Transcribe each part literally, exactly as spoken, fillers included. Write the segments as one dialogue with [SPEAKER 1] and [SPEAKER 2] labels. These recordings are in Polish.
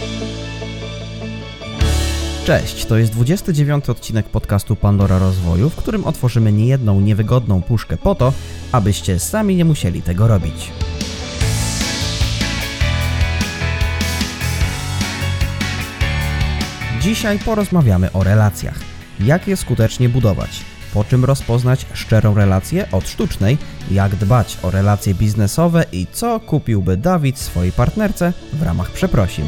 [SPEAKER 1] Cześć, to jest dwudziesty dziewiąty odcinek podcastu Pandora Rozwoju, w którym otworzymy niejedną niewygodną puszkę po to, abyście sami nie musieli tego robić. Dzisiaj porozmawiamy o relacjach. Jak je skutecznie budować? Po czym rozpoznać szczerą relację od sztucznej? Jak dbać o relacje biznesowe i co kupiłby Dawid swojej partnerce w ramach przeprosin?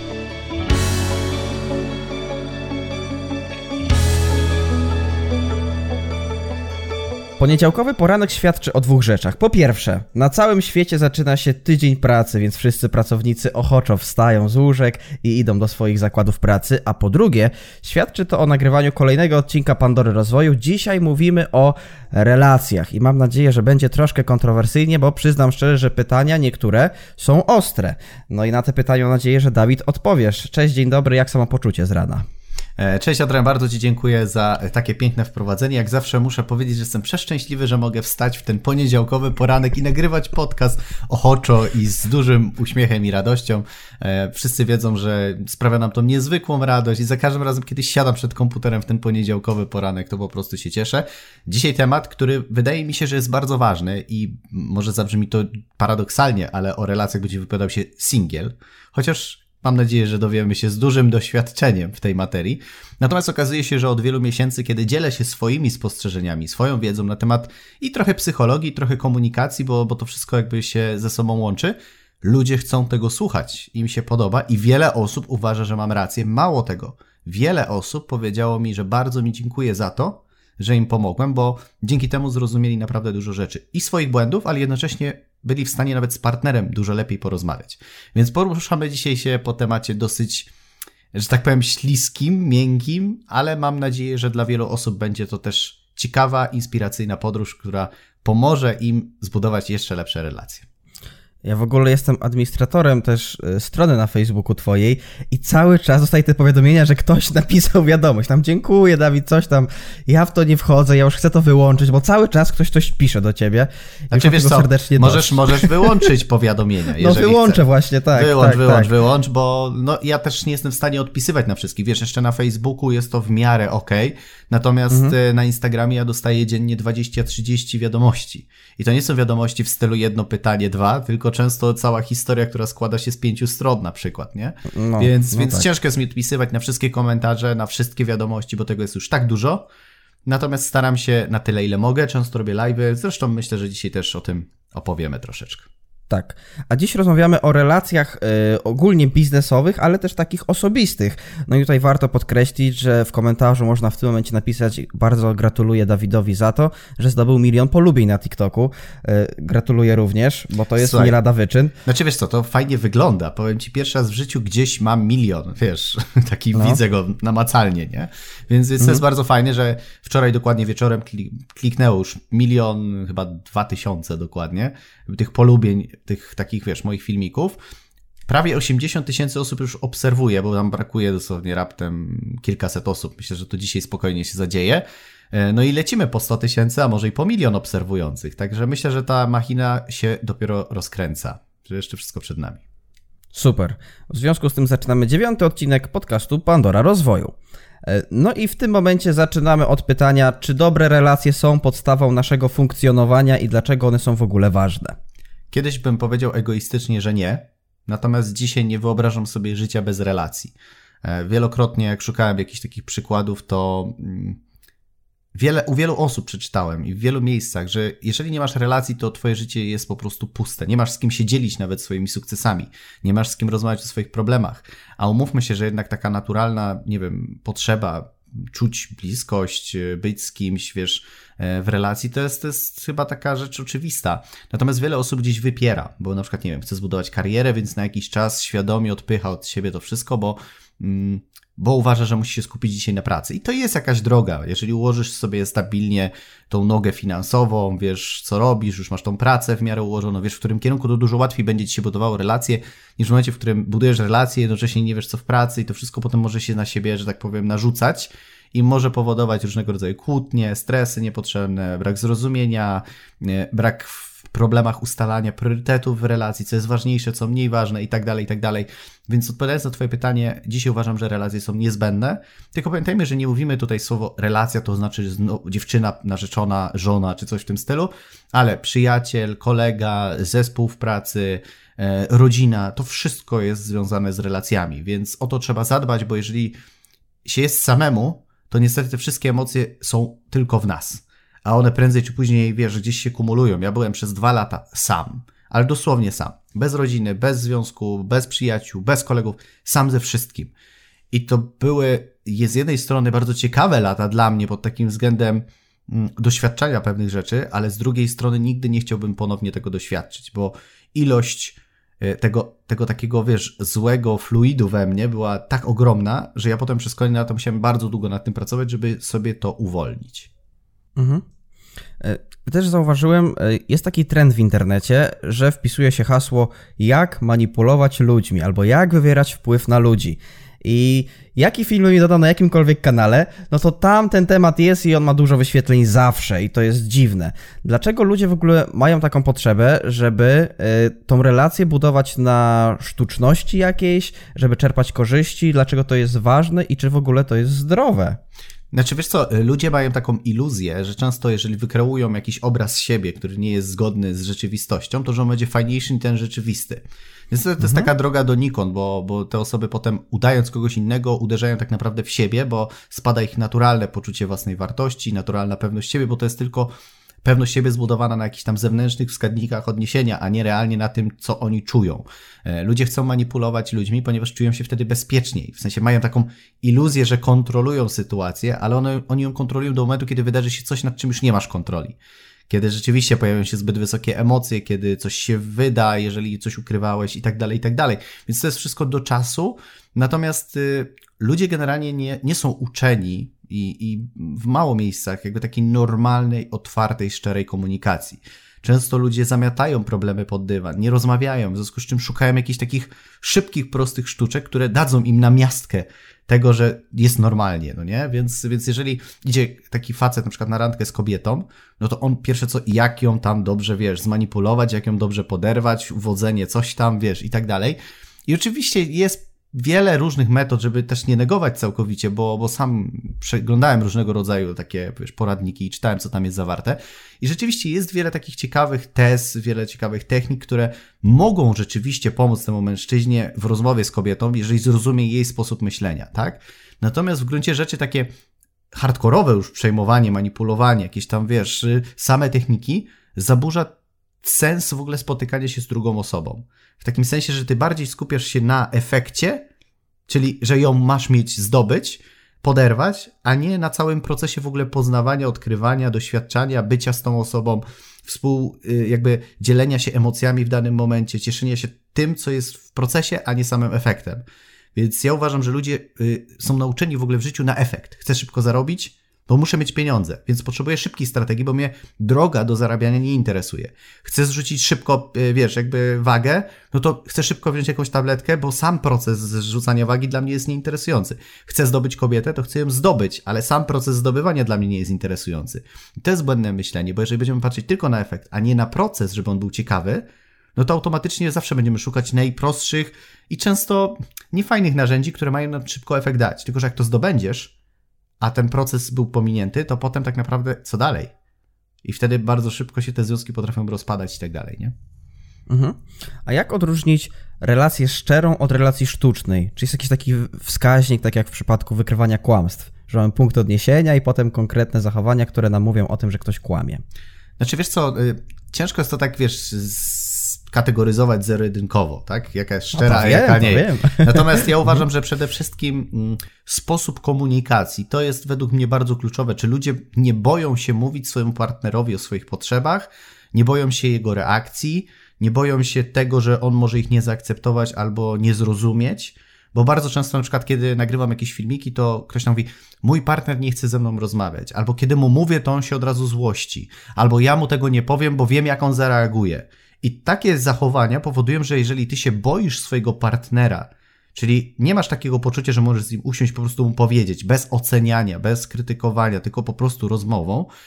[SPEAKER 1] Poniedziałkowy poranek świadczy o dwóch rzeczach. Po pierwsze, na całym świecie zaczyna się tydzień pracy, więc wszyscy pracownicy ochoczo wstają z łóżek i idą do swoich zakładów pracy. A po drugie, świadczy to o nagrywaniu kolejnego odcinka Pandory Rozwoju. Dzisiaj mówimy o relacjach i mam nadzieję, że będzie troszkę kontrowersyjnie, bo przyznam szczerze, że pytania niektóre są ostre. No i na te pytania mam nadzieję, że Dawid odpowiesz. Cześć, dzień dobry, jak samopoczucie z rana?
[SPEAKER 2] Cześć Adrian, bardzo Ci dziękuję za takie piękne wprowadzenie. Jak zawsze muszę powiedzieć, że jestem przeszczęśliwy, że mogę wstać w ten poniedziałkowy poranek i nagrywać podcast ochoczo i z dużym uśmiechem i radością. Wszyscy wiedzą, że sprawia nam to niezwykłą radość i za każdym razem, kiedy siadam przed komputerem w ten poniedziałkowy poranek, to po prostu się cieszę. Dzisiaj temat, który wydaje mi się, że jest bardzo ważny i może zabrzmi to paradoksalnie, ale o relacjach będzie wypowiadał się singiel, chociaż mam nadzieję, że dowiemy się z dużym doświadczeniem w tej materii. Natomiast okazuje się, że od wielu miesięcy, kiedy dzielę się swoimi spostrzeżeniami, swoją wiedzą na temat i trochę psychologii, i trochę komunikacji, bo, bo to wszystko jakby się ze sobą łączy, ludzie chcą tego słuchać, im się podoba i wiele osób uważa, że mam rację. Mało tego, wiele osób powiedziało mi, że bardzo mi dziękuję za to, że im pomogłem, bo dzięki temu zrozumieli naprawdę dużo rzeczy i swoich błędów, ale jednocześnie byli w stanie nawet z partnerem dużo lepiej porozmawiać. Więc poruszamy dzisiaj się po temacie dosyć, że tak powiem, śliskim, miękkim, ale mam nadzieję, że dla wielu osób będzie to też ciekawa, inspiracyjna podróż, która pomoże im zbudować jeszcze lepsze relacje.
[SPEAKER 1] Ja w ogóle jestem administratorem też strony na Facebooku twojej i cały czas dostaję te powiadomienia, że ktoś napisał wiadomość. Tam dziękuję Dawid, coś tam, ja w to nie wchodzę, ja już chcę to wyłączyć, bo cały czas ktoś coś pisze do ciebie.
[SPEAKER 2] Znaczy wiesz co, serdecznie możesz, możesz wyłączyć powiadomienia,
[SPEAKER 1] No wyłączę chcesz. Właśnie, tak.
[SPEAKER 2] Wyłącz,
[SPEAKER 1] tak,
[SPEAKER 2] wyłącz,
[SPEAKER 1] tak.
[SPEAKER 2] wyłącz, bo no, ja też nie jestem w stanie odpisywać na wszystkich. Wiesz, jeszcze na Facebooku jest to w miarę okej, natomiast mhm. na Instagramie ja dostaję dziennie dwadzieścia trzydzieści wiadomości. I to nie są wiadomości w stylu jedno pytanie, dwa, tylko często cała historia, która składa się z pięciu stron na przykład, nie? No, więc no więc tak. Ciężko jest mi odpisywać na wszystkie komentarze, na wszystkie wiadomości, bo tego jest już tak dużo. Natomiast staram się na tyle, ile mogę. Często robię live'y. Zresztą myślę, że dzisiaj też o tym opowiemy troszeczkę.
[SPEAKER 1] Tak. A dziś rozmawiamy o relacjach y, ogólnie biznesowych, ale też takich osobistych. No i tutaj warto podkreślić, że w komentarzu można w tym momencie napisać: bardzo gratuluję Dawidowi za to, że zdobył milion polubień na TikToku. Y, gratuluję również, bo to jest Słuchaj, nie lada wyczyn.
[SPEAKER 2] Znaczy wiesz co, to fajnie wygląda. Powiem Ci, pierwszy raz w życiu gdzieś mam milion, wiesz, taki no. Widzę go namacalnie, nie? Więc, więc mhm. to jest bardzo fajne, że wczoraj dokładnie wieczorem kliknęło już milion, chyba dwa tysiące dokładnie, tych polubień, tych takich, wiesz, moich filmików. Prawie osiemdziesiąt tysięcy osób już obserwuje, bo nam brakuje dosłownie raptem kilkaset osób. Myślę, że to dzisiaj spokojnie się zadzieje. No i lecimy po sto tysięcy, a może i po milion obserwujących. Także myślę, że ta machina się dopiero rozkręca. Że jeszcze wszystko przed nami.
[SPEAKER 1] Super. W związku z tym zaczynamy dziewiąty odcinek podcastu Pandora Rozwoju. No i w tym momencie zaczynamy od pytania, czy dobre relacje są podstawą naszego funkcjonowania i dlaczego one są w ogóle ważne?
[SPEAKER 2] Kiedyś bym powiedział egoistycznie, że nie, natomiast dzisiaj nie wyobrażam sobie życia bez relacji. Wielokrotnie jak szukałem jakichś takich przykładów, to wiele, u wielu osób przeczytałem i w wielu miejscach, że jeżeli nie masz relacji, to twoje życie jest po prostu puste. Nie masz z kim się dzielić nawet swoimi sukcesami, nie masz z kim rozmawiać o swoich problemach, a umówmy się, że jednak taka naturalna, nie wiem, potrzeba czuć bliskość, być z kimś, wiesz, w relacji, to jest, to jest chyba taka rzecz oczywista. Natomiast wiele osób gdzieś wypiera, bo na przykład, nie wiem, chce zbudować karierę, więc na jakiś czas świadomie odpycha od siebie to wszystko, bo, bo uważa, że musi się skupić dzisiaj na pracy. I to jest jakaś droga. Jeżeli ułożysz sobie stabilnie tą nogę finansową, wiesz, co robisz, już masz tą pracę w miarę ułożoną, wiesz, w którym kierunku, to dużo łatwiej będzie ci się budowało relacje, niż w momencie, w którym budujesz relacje, jednocześnie nie wiesz, co w pracy i to wszystko potem może się na siebie, że tak powiem, narzucać i może powodować różnego rodzaju kłótnie, stresy niepotrzebne, brak zrozumienia, brak problemach ustalania priorytetów w relacji, co jest ważniejsze, co mniej ważne i tak dalej, i tak dalej. Więc odpowiadając na twoje pytanie, dzisiaj uważam, że relacje są niezbędne, tylko pamiętajmy, że nie mówimy tutaj słowo relacja, to znaczy no, dziewczyna, narzeczona, żona czy coś w tym stylu, ale przyjaciel, kolega, zespół w pracy, e, rodzina, to wszystko jest związane z relacjami, więc o to trzeba zadbać, bo jeżeli się jest samemu, to niestety te wszystkie emocje są tylko w nas, a one prędzej czy później, wiesz, gdzieś się kumulują. Ja byłem przez dwa lata sam, ale dosłownie sam, bez rodziny, bez związku, bez przyjaciół, bez kolegów, sam ze wszystkim. I to były z jednej strony bardzo ciekawe lata dla mnie pod takim względem mm, doświadczenia pewnych rzeczy, ale z drugiej strony nigdy nie chciałbym ponownie tego doświadczyć, bo ilość tego, tego takiego, wiesz, złego fluidu we mnie była tak ogromna, że ja potem przez kolejne lata musiałem bardzo długo nad tym pracować, żeby sobie to uwolnić.
[SPEAKER 1] Mhm. Też zauważyłem, jest taki trend w internecie, że wpisuje się hasło jak manipulować ludźmi albo jak wywierać wpływ na ludzi. I jaki film mi dodał na jakimkolwiek kanale, no to tam ten temat jest i on ma dużo wyświetleń zawsze i to jest dziwne. Dlaczego ludzie w ogóle mają taką potrzebę, żeby y, tą relację budować na sztuczności jakiejś, żeby czerpać korzyści, dlaczego to jest ważne i czy w ogóle to jest zdrowe?
[SPEAKER 2] Znaczy, wiesz co, ludzie mają taką iluzję, że często jeżeli wykreują jakiś obraz siebie, który nie jest zgodny z rzeczywistością, to że on będzie fajniejszy niż ten rzeczywisty. Więc to, to mhm. jest taka droga donikąd, bo, bo te osoby potem, udając kogoś innego, uderzają tak naprawdę w siebie, bo spada ich naturalne poczucie własnej wartości, naturalna pewność siebie, bo to jest tylko pewność siebie zbudowana na jakichś tam zewnętrznych wskaźnikach odniesienia, a nie realnie na tym, co oni czują. Ludzie chcą manipulować ludźmi, ponieważ czują się wtedy bezpieczniej. W sensie mają taką iluzję, że kontrolują sytuację, ale one, oni ją kontrolują do momentu, kiedy wydarzy się coś, nad czym już nie masz kontroli. Kiedy rzeczywiście pojawią się zbyt wysokie emocje, kiedy coś się wyda, jeżeli coś ukrywałeś i tak dalej, i tak dalej. Więc to jest wszystko do czasu. Natomiast y, ludzie generalnie nie, nie są uczeni i, i w mało miejscach jakby takiej normalnej, otwartej, szczerej komunikacji. Często ludzie zamiatają problemy pod dywan, nie rozmawiają, w związku z czym szukają jakichś takich szybkich, prostych sztuczek, które dadzą im namiastkę tego, że jest normalnie, no nie? Więc, więc jeżeli idzie taki facet na przykład na randkę z kobietą, no to on pierwsze co, jak ją tam dobrze, wiesz, zmanipulować, jak ją dobrze poderwać, uwodzenie, coś tam, wiesz, i tak dalej. I oczywiście jest wiele różnych metod, żeby też nie negować całkowicie, bo, bo sam przeglądałem różnego rodzaju takie, wiesz, poradniki i czytałem, co tam jest zawarte. I rzeczywiście jest wiele takich ciekawych tez, wiele ciekawych technik, które mogą rzeczywiście pomóc temu mężczyźnie w rozmowie z kobietą, jeżeli zrozumie jej sposób myślenia, tak? Natomiast w gruncie rzeczy takie hardkorowe już przejmowanie, manipulowanie, jakieś tam, wiesz, same techniki zaburza sens w ogóle spotykania się z drugą osobą. W takim sensie, że ty bardziej skupiasz się na efekcie, czyli że ją masz mieć, zdobyć, poderwać, a nie na całym procesie w ogóle poznawania, odkrywania, doświadczania, bycia z tą osobą, współ, jakby dzielenia się emocjami w danym momencie, cieszenia się tym, co jest w procesie, a nie samym efektem. Więc ja uważam, że ludzie są nauczeni w ogóle w życiu na efekt. Chcę szybko zarobić, bo muszę mieć pieniądze, więc potrzebuję szybkiej strategii, bo mnie droga do zarabiania nie interesuje. Chcę zrzucić szybko, wiesz, jakby wagę, no to chcę szybko wziąć jakąś tabletkę, bo sam proces zrzucania wagi dla mnie jest nieinteresujący. Chcę zdobyć kobietę, to chcę ją zdobyć, ale sam proces zdobywania dla mnie nie jest interesujący. I to jest błędne myślenie, bo jeżeli będziemy patrzeć tylko na efekt, a nie na proces, żeby on był ciekawy, no to automatycznie zawsze będziemy szukać najprostszych i często niefajnych narzędzi, które mają nam szybko efekt dać. Tylko że jak to zdobędziesz, a ten proces był pominięty, to potem tak naprawdę co dalej? I wtedy bardzo szybko się te związki potrafią rozpadać i tak dalej, nie?
[SPEAKER 1] Mhm. A jak odróżnić relację szczerą od relacji sztucznej? Czy jest jakiś taki wskaźnik, tak jak w przypadku wykrywania kłamstw, że mamy punkt odniesienia i potem konkretne zachowania, które nam mówią o tym, że ktoś kłamie?
[SPEAKER 2] Znaczy, wiesz co, ciężko jest to tak, wiesz, kategoryzować zero-jedynkowo, tak? Jaka jest szczera,
[SPEAKER 1] no
[SPEAKER 2] a jaka
[SPEAKER 1] wiem,
[SPEAKER 2] nie.
[SPEAKER 1] Wiem.
[SPEAKER 2] Natomiast ja uważam, że przede wszystkim sposób komunikacji to jest według mnie bardzo kluczowe. Czy ludzie nie boją się mówić swojemu partnerowi o swoich potrzebach, nie boją się jego reakcji, nie boją się tego, że on może ich nie zaakceptować albo nie zrozumieć, bo bardzo często na przykład, kiedy nagrywam jakieś filmiki, to ktoś tam mówi, mój partner nie chce ze mną rozmawiać, albo kiedy mu mówię, to on się od razu złości, albo ja mu tego nie powiem, bo wiem, jak on zareaguje. I takie zachowania powodują, że jeżeli ty się boisz swojego partnera, czyli nie masz takiego poczucia, że możesz z nim usiąść, po prostu mu powiedzieć, bez oceniania, bez krytykowania, tylko po prostu rozmową,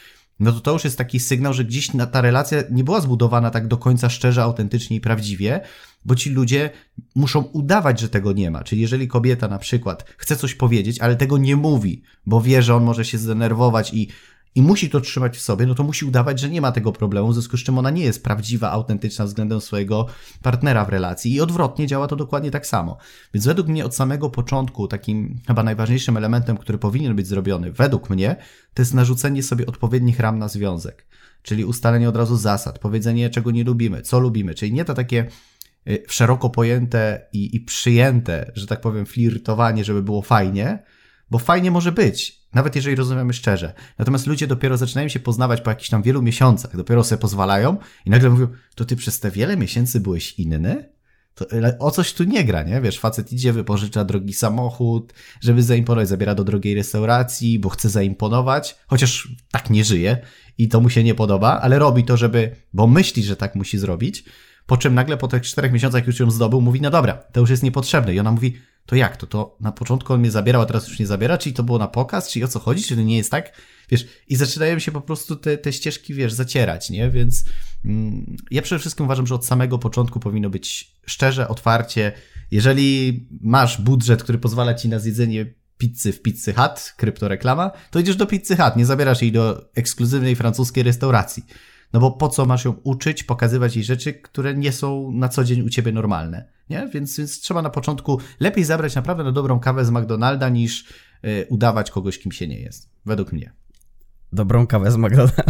[SPEAKER 2] no to to już jest taki sygnał, że gdzieś ta relacja nie była zbudowana tak do końca szczerze, autentycznie i prawdziwie, bo ci ludzie muszą udawać, że tego nie ma. Czyli jeżeli kobieta na przykład chce coś powiedzieć, ale tego nie mówi, bo wie, że on może się zdenerwować i i musi to trzymać w sobie, no to musi udawać, że nie ma tego problemu, w związku z czym ona nie jest prawdziwa, autentyczna względem swojego partnera w relacji i odwrotnie działa to dokładnie tak samo. Więc według mnie od samego początku takim chyba najważniejszym elementem, który powinien być zrobiony, według mnie, to jest narzucenie sobie odpowiednich ram na związek, czyli ustalenie od razu zasad, powiedzenie czego nie lubimy, co lubimy, czyli nie to takie szeroko pojęte i, i przyjęte, że tak powiem, flirtowanie, żeby było fajnie, bo fajnie może być, nawet jeżeli rozumiemy szczerze. Natomiast ludzie dopiero zaczynają się poznawać po jakichś tam wielu miesiącach, dopiero sobie pozwalają i nagle mówią, to ty przez te wiele miesięcy byłeś inny? To o coś tu nie gra, nie? Wiesz, facet idzie, wypożycza drogi samochód, żeby zaimponować, zabiera do drogiej restauracji, bo chce zaimponować, chociaż tak nie żyje i to mu się nie podoba, ale robi to, żeby, bo myśli, że tak musi zrobić, po czym nagle po tych czterech miesiącach już ją zdobył, mówi, no dobra, to już jest niepotrzebne. I ona mówi, to jak to? To na początku on mnie zabierał, a teraz już nie zabiera? Czyli to było na pokaz? Czyli o co chodzi? Czy to nie jest tak? Wiesz, i zaczynają się po prostu te, te ścieżki, wiesz, zacierać, nie? Więc mm, ja przede wszystkim uważam, że od samego początku powinno być szczerze, otwarcie. Jeżeli masz budżet, który pozwala ci na zjedzenie pizzy w Pizzy Hut, kryptoreklama, to idziesz do Pizzy Hut, nie zabierasz jej do ekskluzywnej francuskiej restauracji. No bo po co masz ją uczyć, pokazywać jej rzeczy, które nie są na co dzień u ciebie normalne, nie? Więc, więc trzeba na początku lepiej zabrać naprawdę na dobrą kawę z McDonalda niż y, udawać kogoś, kim się nie jest. Według mnie.
[SPEAKER 1] Dobrą kawę z McDonalda.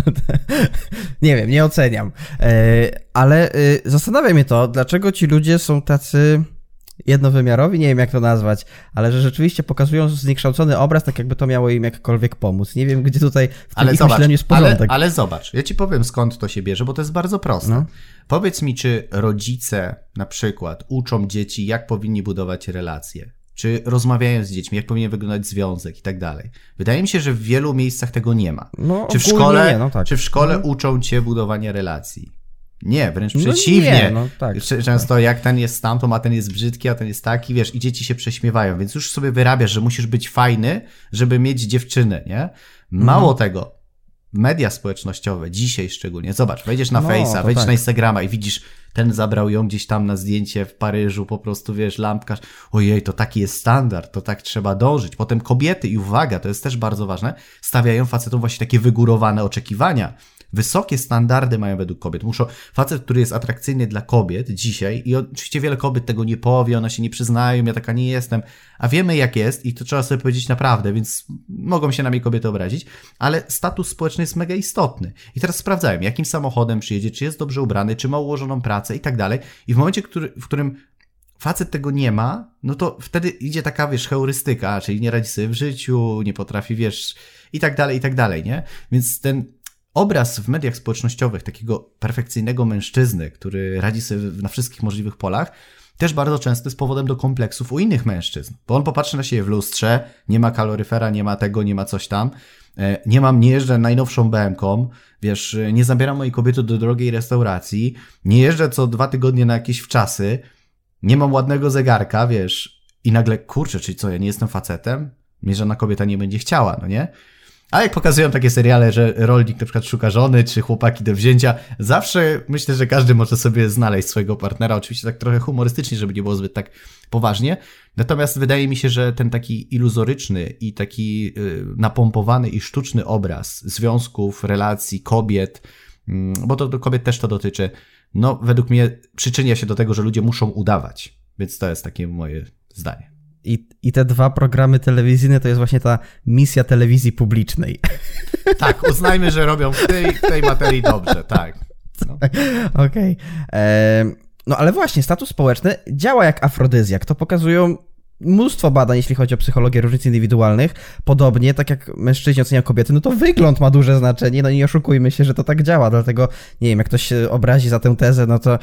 [SPEAKER 1] Nie wiem, nie oceniam. E, ale y, zastanawia mnie to, dlaczego ci ludzie są tacy jednowymiarowi, nie wiem jak to nazwać, ale że rzeczywiście pokazują zniekształcony obraz, tak jakby to miało im jakkolwiek pomóc. Nie wiem, gdzie tutaj w tym
[SPEAKER 2] ale
[SPEAKER 1] ich
[SPEAKER 2] zobacz,
[SPEAKER 1] myśleniu jest porządek.
[SPEAKER 2] Ale, ale zobacz, ja ci powiem skąd to się bierze, bo to jest bardzo proste. No. Powiedz mi, czy rodzice na przykład uczą dzieci, jak powinni budować relacje, czy rozmawiają z dziećmi, jak powinien wyglądać związek i tak dalej. Wydaje mi się, że w wielu miejscach tego nie ma.
[SPEAKER 1] No,
[SPEAKER 2] czy w szkole,
[SPEAKER 1] nie, no tak.
[SPEAKER 2] czy w szkole
[SPEAKER 1] mhm.
[SPEAKER 2] uczą cię budowania relacji? Nie, wręcz
[SPEAKER 1] no
[SPEAKER 2] przeciwnie.
[SPEAKER 1] Nie, no tak,
[SPEAKER 2] Często
[SPEAKER 1] tak.
[SPEAKER 2] jak ten jest tamto, a ten jest brzydki, a ten jest taki, wiesz, i dzieci się prześmiewają, więc już sobie wyrabiasz, że musisz być fajny, żeby mieć dziewczynę, nie? Mało mhm. tego, media społecznościowe, dzisiaj szczególnie, zobacz, wejdziesz na
[SPEAKER 1] no,
[SPEAKER 2] Face'a, wejdziesz
[SPEAKER 1] tak.
[SPEAKER 2] na Instagrama i widzisz, ten zabrał ją gdzieś tam na zdjęcie w Paryżu, po prostu, wiesz, lampkarz, ojej, to taki jest standard, to tak trzeba dążyć. Potem kobiety, i uwaga, to jest też bardzo ważne, stawiają facetom właśnie takie wygórowane oczekiwania. Wysokie standardy mają według kobiet. Muszą, facet, który jest atrakcyjny dla kobiet dzisiaj, i oczywiście wiele kobiet tego nie powie, one się nie przyznają, ja taka nie jestem, a wiemy jak jest i to trzeba sobie powiedzieć naprawdę, więc mogą się na mnie kobiety obrazić, ale status społeczny jest mega istotny. I teraz sprawdzają, jakim samochodem przyjedzie, czy jest dobrze ubrany, czy ma ułożoną pracę i tak dalej. I w momencie, który, w którym facet tego nie ma, no to wtedy idzie taka, wiesz, heurystyka, czyli nie radzi sobie w życiu, nie potrafi, wiesz, i tak dalej, i tak dalej, nie? Więc ten obraz w mediach społecznościowych takiego perfekcyjnego mężczyzny, który radzi sobie na wszystkich możliwych polach, też bardzo często jest powodem do kompleksów u innych mężczyzn. Bo on popatrzy na siebie w lustrze, nie ma kaloryfera, nie ma tego, nie ma coś tam, nie mam, nie jeżdżę najnowszą B M ką, wiesz, nie zabieram mojej kobiety do drogiej restauracji, nie jeżdżę co dwa tygodnie na jakieś wczasy, nie mam ładnego zegarka, wiesz, i nagle, kurczę, czyli co, ja nie jestem facetem? Mnie żadna kobieta nie będzie chciała, no nie? A jak pokazują takie seriale, że rolnik na przykład szuka żony, czy chłopaki do wzięcia, zawsze myślę, że każdy może sobie znaleźć swojego partnera, oczywiście tak trochę humorystycznie, żeby nie było zbyt tak poważnie. Natomiast wydaje mi się, że ten taki iluzoryczny i taki yy, napompowany i sztuczny obraz związków, relacji, kobiet, yy, bo to do kobiet też to dotyczy, no według mnie przyczynia się do tego, że ludzie muszą udawać. Więc to jest takie moje zdanie.
[SPEAKER 1] I, I te dwa programy telewizyjne to jest właśnie ta misja telewizji publicznej.
[SPEAKER 2] Tak, uznajmy, że robią w tej, w tej materii dobrze, tak. No.
[SPEAKER 1] Okej. Okay. No ale właśnie, status społeczny działa jak afrodyzjak. To pokazują mnóstwo badań, jeśli chodzi o psychologię różnic indywidualnych. Podobnie, tak jak mężczyźni oceniają kobiety, no to wygląd ma duże znaczenie, no i nie oszukujmy się, że to tak działa. Dlatego, nie wiem, jak ktoś się obrazi za tę tezę, no to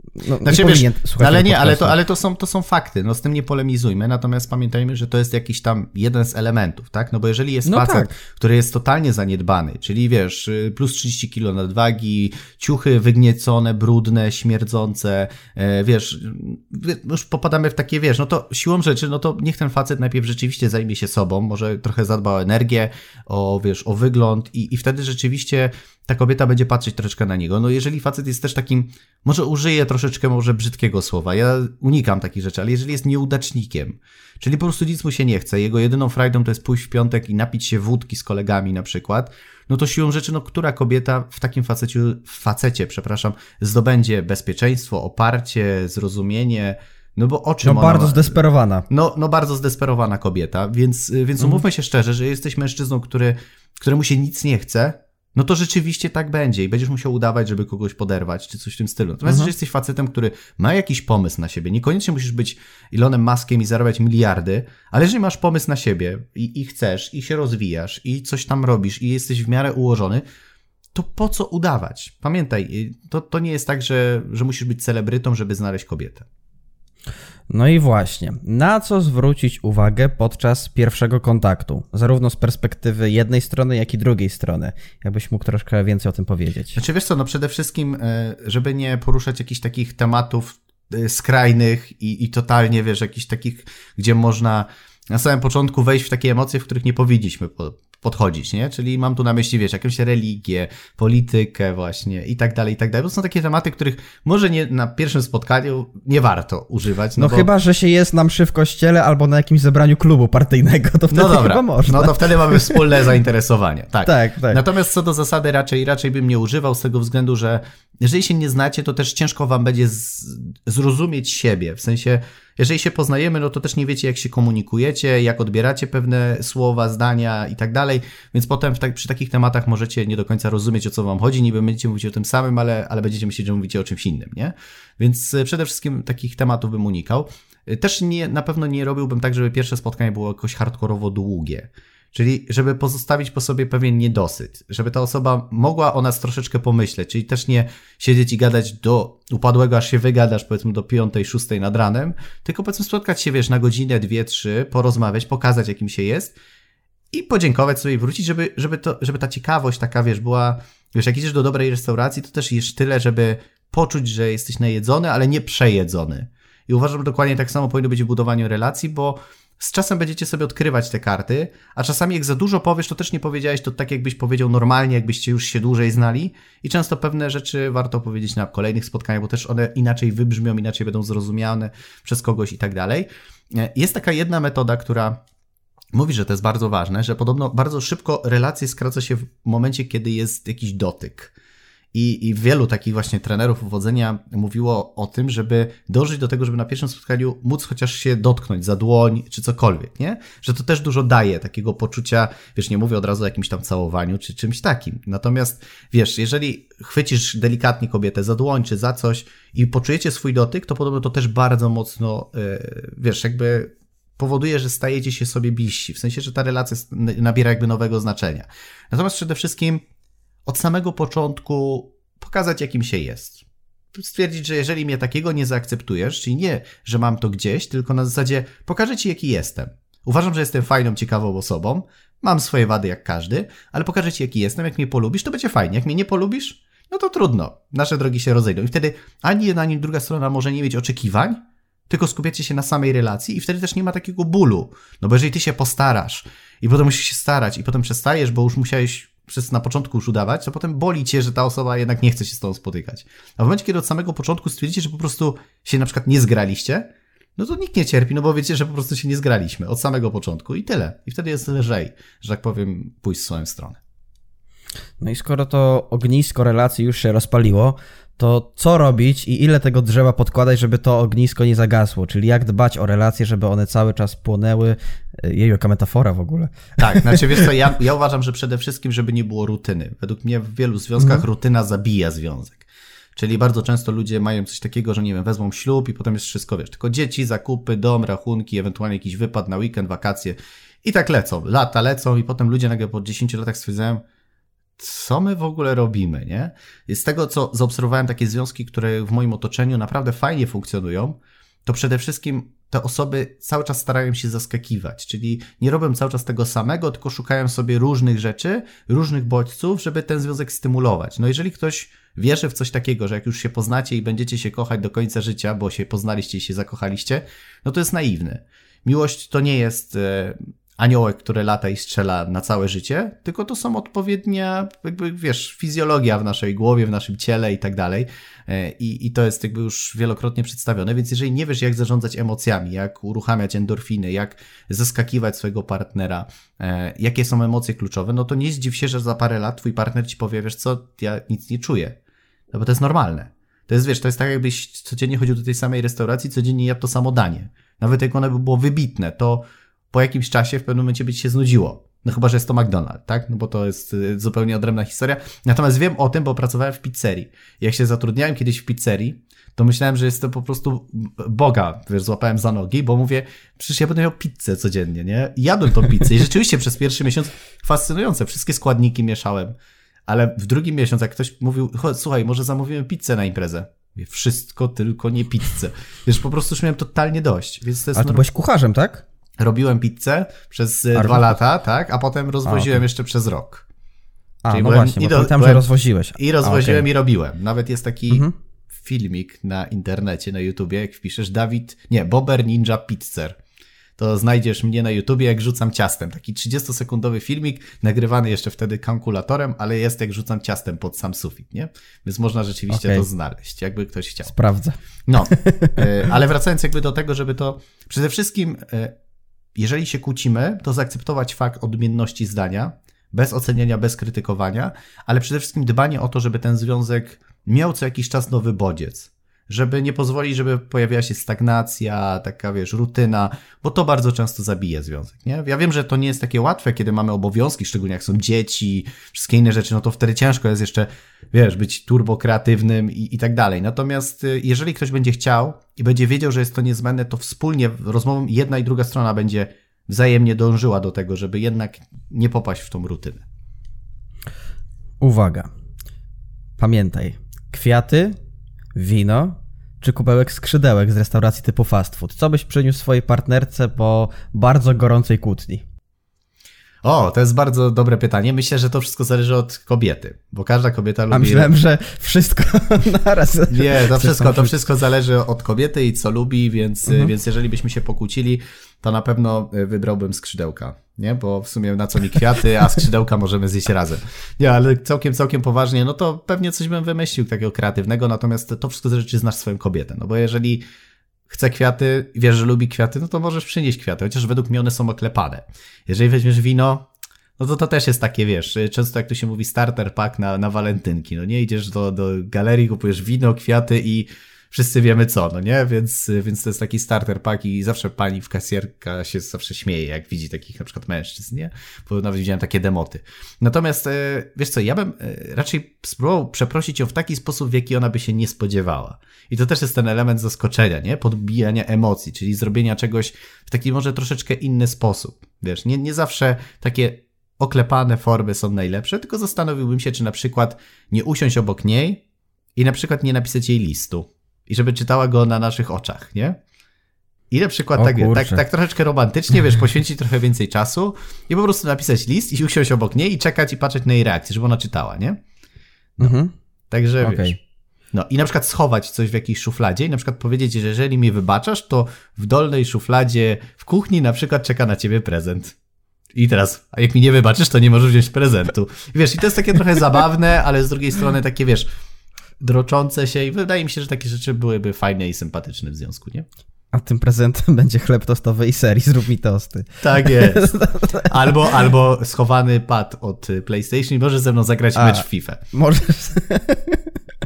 [SPEAKER 1] no,
[SPEAKER 2] znaczy,
[SPEAKER 1] nie
[SPEAKER 2] wiesz,
[SPEAKER 1] powinien słuchać
[SPEAKER 2] ale
[SPEAKER 1] tego
[SPEAKER 2] nie, ale,
[SPEAKER 1] podcastu.
[SPEAKER 2] to, ale to, są, to są fakty, no z tym nie polemizujmy, natomiast pamiętajmy, że to jest jakiś tam jeden z elementów, tak? No bo jeżeli jest
[SPEAKER 1] No
[SPEAKER 2] facet,
[SPEAKER 1] tak.
[SPEAKER 2] który jest totalnie zaniedbany, czyli wiesz, plus trzydzieści kilo nadwagi, ciuchy wygniecone, brudne, śmierdzące, e, wiesz, już popadamy w takie, wiesz, no to siłą rzeczy, no to niech ten facet najpierw rzeczywiście zajmie się sobą, może trochę zadba o energię, o, wiesz, o wygląd i, i wtedy rzeczywiście ta kobieta będzie patrzeć troszeczkę na niego. No jeżeli facet jest też takim, może użyję troszeczkę może brzydkiego słowa, ja unikam takich rzeczy, ale jeżeli jest nieudacznikiem, czyli po prostu nic mu się nie chce, jego jedyną frajdą to jest pójść w piątek i napić się wódki z kolegami na przykład, no to siłą rzeczy, no która kobieta w takim facecie, facecie, przepraszam, zdobędzie bezpieczeństwo, oparcie, zrozumienie, no bo o czym
[SPEAKER 1] No
[SPEAKER 2] ona
[SPEAKER 1] bardzo
[SPEAKER 2] ma...
[SPEAKER 1] zdesperowana.
[SPEAKER 2] No, no bardzo zdesperowana kobieta, więc, więc umówmy się szczerze, że jesteś mężczyzną, który, któremu się nic nie chce, no to rzeczywiście tak będzie i będziesz musiał udawać, żeby kogoś poderwać, czy coś w tym stylu. Natomiast
[SPEAKER 1] Mhm.
[SPEAKER 2] jeżeli jesteś facetem, który ma jakiś pomysł na siebie, niekoniecznie musisz być Elonem Muskiem i zarabiać miliardy, ale jeżeli masz pomysł na siebie i, i chcesz, i się rozwijasz, i coś tam robisz, i jesteś w miarę ułożony, to po co udawać? Pamiętaj, to, to nie jest tak, że, że musisz być celebrytą, żeby znaleźć kobietę.
[SPEAKER 1] No i właśnie, na co zwrócić uwagę podczas pierwszego kontaktu? Zarówno z perspektywy jednej strony, jak i drugiej strony. Jakbyś mógł troszkę więcej o tym powiedzieć.
[SPEAKER 2] Znaczy wiesz co, no przede wszystkim, żeby nie poruszać jakichś takich tematów skrajnych i, i totalnie, wiesz, jakichś takich, gdzie można na samym początku wejść w takie emocje, w których nie powinniśmy podchodzić, nie? Czyli mam tu na myśli, wiesz, jakąś religię, politykę właśnie i tak dalej, i tak dalej. Bo są takie tematy, których może nie na pierwszym spotkaniu nie warto używać. No,
[SPEAKER 1] no
[SPEAKER 2] bo...
[SPEAKER 1] chyba, że się jest na mszy w kościele albo na jakimś zebraniu klubu partyjnego, to wtedy
[SPEAKER 2] no dobra,
[SPEAKER 1] chyba można.
[SPEAKER 2] No to wtedy mamy wspólne zainteresowania. Tak.
[SPEAKER 1] tak, tak.
[SPEAKER 2] Natomiast co do zasady raczej, raczej bym nie używał z tego względu, że jeżeli się nie znacie, to też ciężko wam będzie z, zrozumieć siebie. W sensie, jeżeli się poznajemy, no to też nie wiecie, jak się komunikujecie, jak odbieracie pewne słowa, zdania i tak dalej, więc potem w tak, przy takich tematach możecie nie do końca rozumieć, o co wam chodzi, niby będziecie mówić o tym samym, ale, ale będziecie myśleć, że mówicie o czymś innym, nie? Więc przede wszystkim takich tematów bym unikał. Też nie, na pewno nie robiłbym tak, żeby pierwsze spotkanie było jakoś hardkorowo długie. Czyli żeby pozostawić po sobie pewien niedosyt, żeby ta osoba mogła o nas troszeczkę pomyśleć, czyli też nie siedzieć i gadać do upadłego, aż się wygadasz, powiedzmy do piątej, szóstej nad ranem, tylko powiedzmy spotkać się, wiesz, na godzinę, dwie, trzy, porozmawiać, pokazać, jakim się jest i podziękować sobie i wrócić, żeby, żeby, to, żeby ta ciekawość taka, wiesz, była, wiesz, jak idziesz do dobrej restauracji, to też jesz tyle, żeby poczuć, że jesteś najedzony, ale nie przejedzony. I uważam, że dokładnie tak samo powinno być w budowaniu relacji, bo z czasem będziecie sobie odkrywać te karty, a czasami jak za dużo powiesz, to też nie powiedziałeś to tak, jakbyś powiedział normalnie, jakbyście już się dłużej znali i często pewne rzeczy warto powiedzieć na kolejnych spotkaniach, bo też one inaczej wybrzmią, inaczej będą zrozumiane przez kogoś i tak dalej. Jest taka jedna metoda, która mówi, że to jest bardzo ważne, że podobno bardzo szybko relacje skraca się w momencie, kiedy jest jakiś dotyk. I, I wielu takich właśnie trenerów uwodzenia mówiło o tym, żeby dążyć do tego, żeby na pierwszym spotkaniu móc chociaż się dotknąć za dłoń czy cokolwiek, nie? Że to też dużo daje takiego poczucia, wiesz, nie mówię od razu o jakimś tam całowaniu czy czymś takim. Natomiast wiesz, jeżeli chwycisz delikatnie kobietę za dłoń czy za coś i poczujecie swój dotyk, to podobno to też bardzo mocno, yy, wiesz, jakby powoduje, że stajecie się sobie bliżsi. W sensie, że ta relacja nabiera jakby nowego znaczenia. Natomiast przede wszystkim od samego początku pokazać, jakim się jest. Stwierdzić, że jeżeli mnie takiego nie zaakceptujesz, czyli nie, że mam to gdzieś, tylko na zasadzie pokażę ci, jaki jestem. Uważam, że jestem fajną, ciekawą osobą, mam swoje wady jak każdy, ale pokażę ci, jaki jestem, jak mnie polubisz, to będzie fajnie. Jak mnie nie polubisz, no to trudno. Nasze drogi się rozejdą. I wtedy ani jedna, ani druga strona może nie mieć oczekiwań, tylko skupiacie się na samej relacji i wtedy też nie ma takiego bólu. No bo jeżeli ty się postarasz i potem musisz się starać i potem przestajesz, bo już musiałeś przez na początku już udawać, to potem boli cię, że ta osoba jednak nie chce się z tobą spotykać. A w momencie, kiedy od samego początku stwierdzicie, że po prostu się na przykład nie zgraliście, no to nikt nie cierpi, no bo wiecie, że po prostu się nie zgraliśmy od samego początku i tyle. I wtedy jest lżej, że tak powiem, pójść w swoją stronę.
[SPEAKER 1] No i skoro to ognisko relacji już się rozpaliło, to co robić i ile tego drzewa podkładać, żeby to ognisko nie zagasło? Czyli jak dbać o relacje, żeby one cały czas płonęły? Jej, jaka metafora w ogóle.
[SPEAKER 2] Tak, znaczy wiesz co, ja, ja uważam, że przede wszystkim, żeby nie było rutyny. Według mnie w wielu związkach mhm. rutyna zabija związek. Czyli bardzo często ludzie mają coś takiego, że nie wiem, wezmą ślub i potem jest wszystko, wiesz, tylko dzieci, zakupy, dom, rachunki, ewentualnie jakiś wypad na weekend, wakacje i tak lecą. Lata lecą i potem ludzie nagle po dziesięciu latach stwierdzają, co my w ogóle robimy, nie? Z tego, co zaobserwowałem, takie związki, które w moim otoczeniu naprawdę fajnie funkcjonują, to przede wszystkim te osoby cały czas starają się zaskakiwać, czyli nie robią cały czas tego samego, tylko szukają sobie różnych rzeczy, różnych bodźców, żeby ten związek stymulować. No jeżeli ktoś wierzy w coś takiego, że jak już się poznacie i będziecie się kochać do końca życia, bo się poznaliście i się zakochaliście, no to jest naiwne. Miłość to nie jest e, aniołek, który lata i strzela na całe życie, tylko to są odpowiednia, jakby wiesz, fizjologia w naszej głowie, w naszym ciele i tak dalej. I, I to jest jakby już wielokrotnie przedstawione, więc jeżeli nie wiesz, jak zarządzać emocjami, jak uruchamiać endorfiny, jak zaskakiwać swojego partnera, e, jakie są emocje kluczowe, no to nie zdziw się, że za parę lat twój partner ci powie, wiesz co, ja nic nie czuję. No bo to jest normalne. To jest, wiesz, to jest tak, jakbyś codziennie chodził do tej samej restauracji, codziennie jadł to samo danie. Nawet jak ono by było wybitne, to po jakimś czasie w pewnym momencie by ci się znudziło. No chyba, że jest to McDonald's, tak? No bo to jest zupełnie odrębna historia. Natomiast wiem o tym, bo pracowałem w pizzerii. Jak się zatrudniałem kiedyś w pizzerii, to myślałem, że jestem po prostu Boga, wiesz, złapałem za nogi, bo mówię, przecież ja będę miał pizzę codziennie, nie? I jadłem tą pizzę i rzeczywiście przez pierwszy miesiąc fascynujące, wszystkie składniki mieszałem, ale w drugim miesiącu, jak ktoś mówił, słuchaj, może zamówimy pizzę na imprezę. Mówię, wszystko, tylko nie pizzę. Wiesz, po prostu już miałem totalnie dość. Więc to jest
[SPEAKER 1] A ty byłeś kucharzem, tak?
[SPEAKER 2] Robiłem pizzę przez Arno. dwa lata, tak, a potem rozwoziłem a, okay. jeszcze przez rok.
[SPEAKER 1] A, Czyli no byłem, właśnie, bo do, pamiętam, byłem, że rozwoziłeś.
[SPEAKER 2] I rozwoziłem a, okay. i robiłem. Nawet jest taki mhm. filmik na internecie, na YouTubie, jak wpiszesz Dawid, nie, Bober Ninja Pizzer. To znajdziesz mnie na YouTubie, jak rzucam ciastem. Taki trzydziestosekundowy filmik, nagrywany jeszcze wtedy kalkulatorem, ale jest jak rzucam ciastem pod sam sufit, nie? Więc można rzeczywiście okay. to znaleźć, jakby ktoś chciał.
[SPEAKER 1] Sprawdzę.
[SPEAKER 2] No, ale wracając jakby do tego, żeby to przede wszystkim... Jeżeli się kłócimy, to zaakceptować fakt odmienności zdania, bez oceniania, bez krytykowania, ale przede wszystkim dbanie o to, żeby ten związek miał co jakiś czas nowy bodziec. Żeby nie pozwolić, żeby pojawiała się stagnacja, taka wiesz, rutyna, bo to bardzo często zabije związek, nie? Ja wiem, że to nie jest takie łatwe, kiedy mamy obowiązki, szczególnie jak są dzieci, wszystkie inne rzeczy, no to wtedy ciężko jest jeszcze, wiesz, być turbo kreatywnym i, i tak dalej. Natomiast jeżeli ktoś będzie chciał i będzie wiedział, że jest to niezbędne, to wspólnie rozmową jedna i druga strona będzie wzajemnie dążyła do tego, żeby jednak nie popaść w tą rutynę.
[SPEAKER 1] Uwaga. Pamiętaj, kwiaty, wino czy kubełek skrzydełek z restauracji typu fast food? Co byś przyniósł swojej partnerce po bardzo gorącej kłótni?
[SPEAKER 2] O, to jest bardzo dobre pytanie. Myślę, że to wszystko zależy od kobiety, bo każda kobieta lubi...
[SPEAKER 1] A myślałem, że wszystko naraz.
[SPEAKER 2] Nie, to wszystko, to wszystko zależy od kobiety i co lubi, więc, mhm. więc jeżeli byśmy się pokłócili, to na pewno wybrałbym skrzydełka, nie? Bo w sumie na co mi kwiaty, a skrzydełka możemy zjeść razem. Nie, ale całkiem, całkiem poważnie, no to pewnie coś bym wymyślił takiego kreatywnego, natomiast to wszystko zależy, czy znasz swoją kobietę, no bo jeżeli chce kwiaty, wiesz, że lubi kwiaty, no to możesz przynieść kwiaty, chociaż według mnie one są oklepane. Jeżeli weźmiesz wino, no to to też jest takie, wiesz, często jak tu się mówi starter pack na, na walentynki, no nie, idziesz do, do galerii, kupujesz wino, kwiaty i wszyscy wiemy co, no nie, więc, więc to jest taki starter pack i zawsze pani w kasjerka się zawsze śmieje, jak widzi takich na przykład mężczyzn, nie, bo nawet widziałem takie demoty. Natomiast, wiesz co, ja bym raczej spróbował przeprosić ją w taki sposób, w jaki ona by się nie spodziewała. I to też jest ten element zaskoczenia, nie, podbijania emocji, czyli zrobienia czegoś w taki może troszeczkę inny sposób, wiesz, nie, nie zawsze takie oklepane formy są najlepsze, tylko zastanowiłbym się, czy na przykład nie usiąść obok niej i na przykład nie napisać jej listu. I żeby czytała go na naszych oczach, nie? I na przykład tak, tak, tak troszeczkę romantycznie, wiesz, poświęcić trochę więcej czasu i po prostu napisać list i usiąść obok niej i czekać i patrzeć na jej reakcję, żeby ona czytała, nie? No. Mhm. Także okay. wiesz. No i na przykład schować coś w jakiejś szufladzie i na przykład powiedzieć, że jeżeli mi wybaczasz, to w dolnej szufladzie w kuchni na przykład czeka na ciebie prezent. I teraz, a jak mi nie wybaczysz, to nie możesz wziąć prezentu. I wiesz, i to jest takie trochę zabawne, ale z drugiej strony takie, wiesz, droczące się i wydaje mi się, że takie rzeczy byłyby fajne i sympatyczne w związku, nie?
[SPEAKER 1] A tym prezentem będzie chleb tostowy i ser i zrób mi tosty.
[SPEAKER 2] Tak jest. Albo, albo schowany pad od PlayStation i możesz ze mną zagrać a, mecz w FIFA.
[SPEAKER 1] Możesz.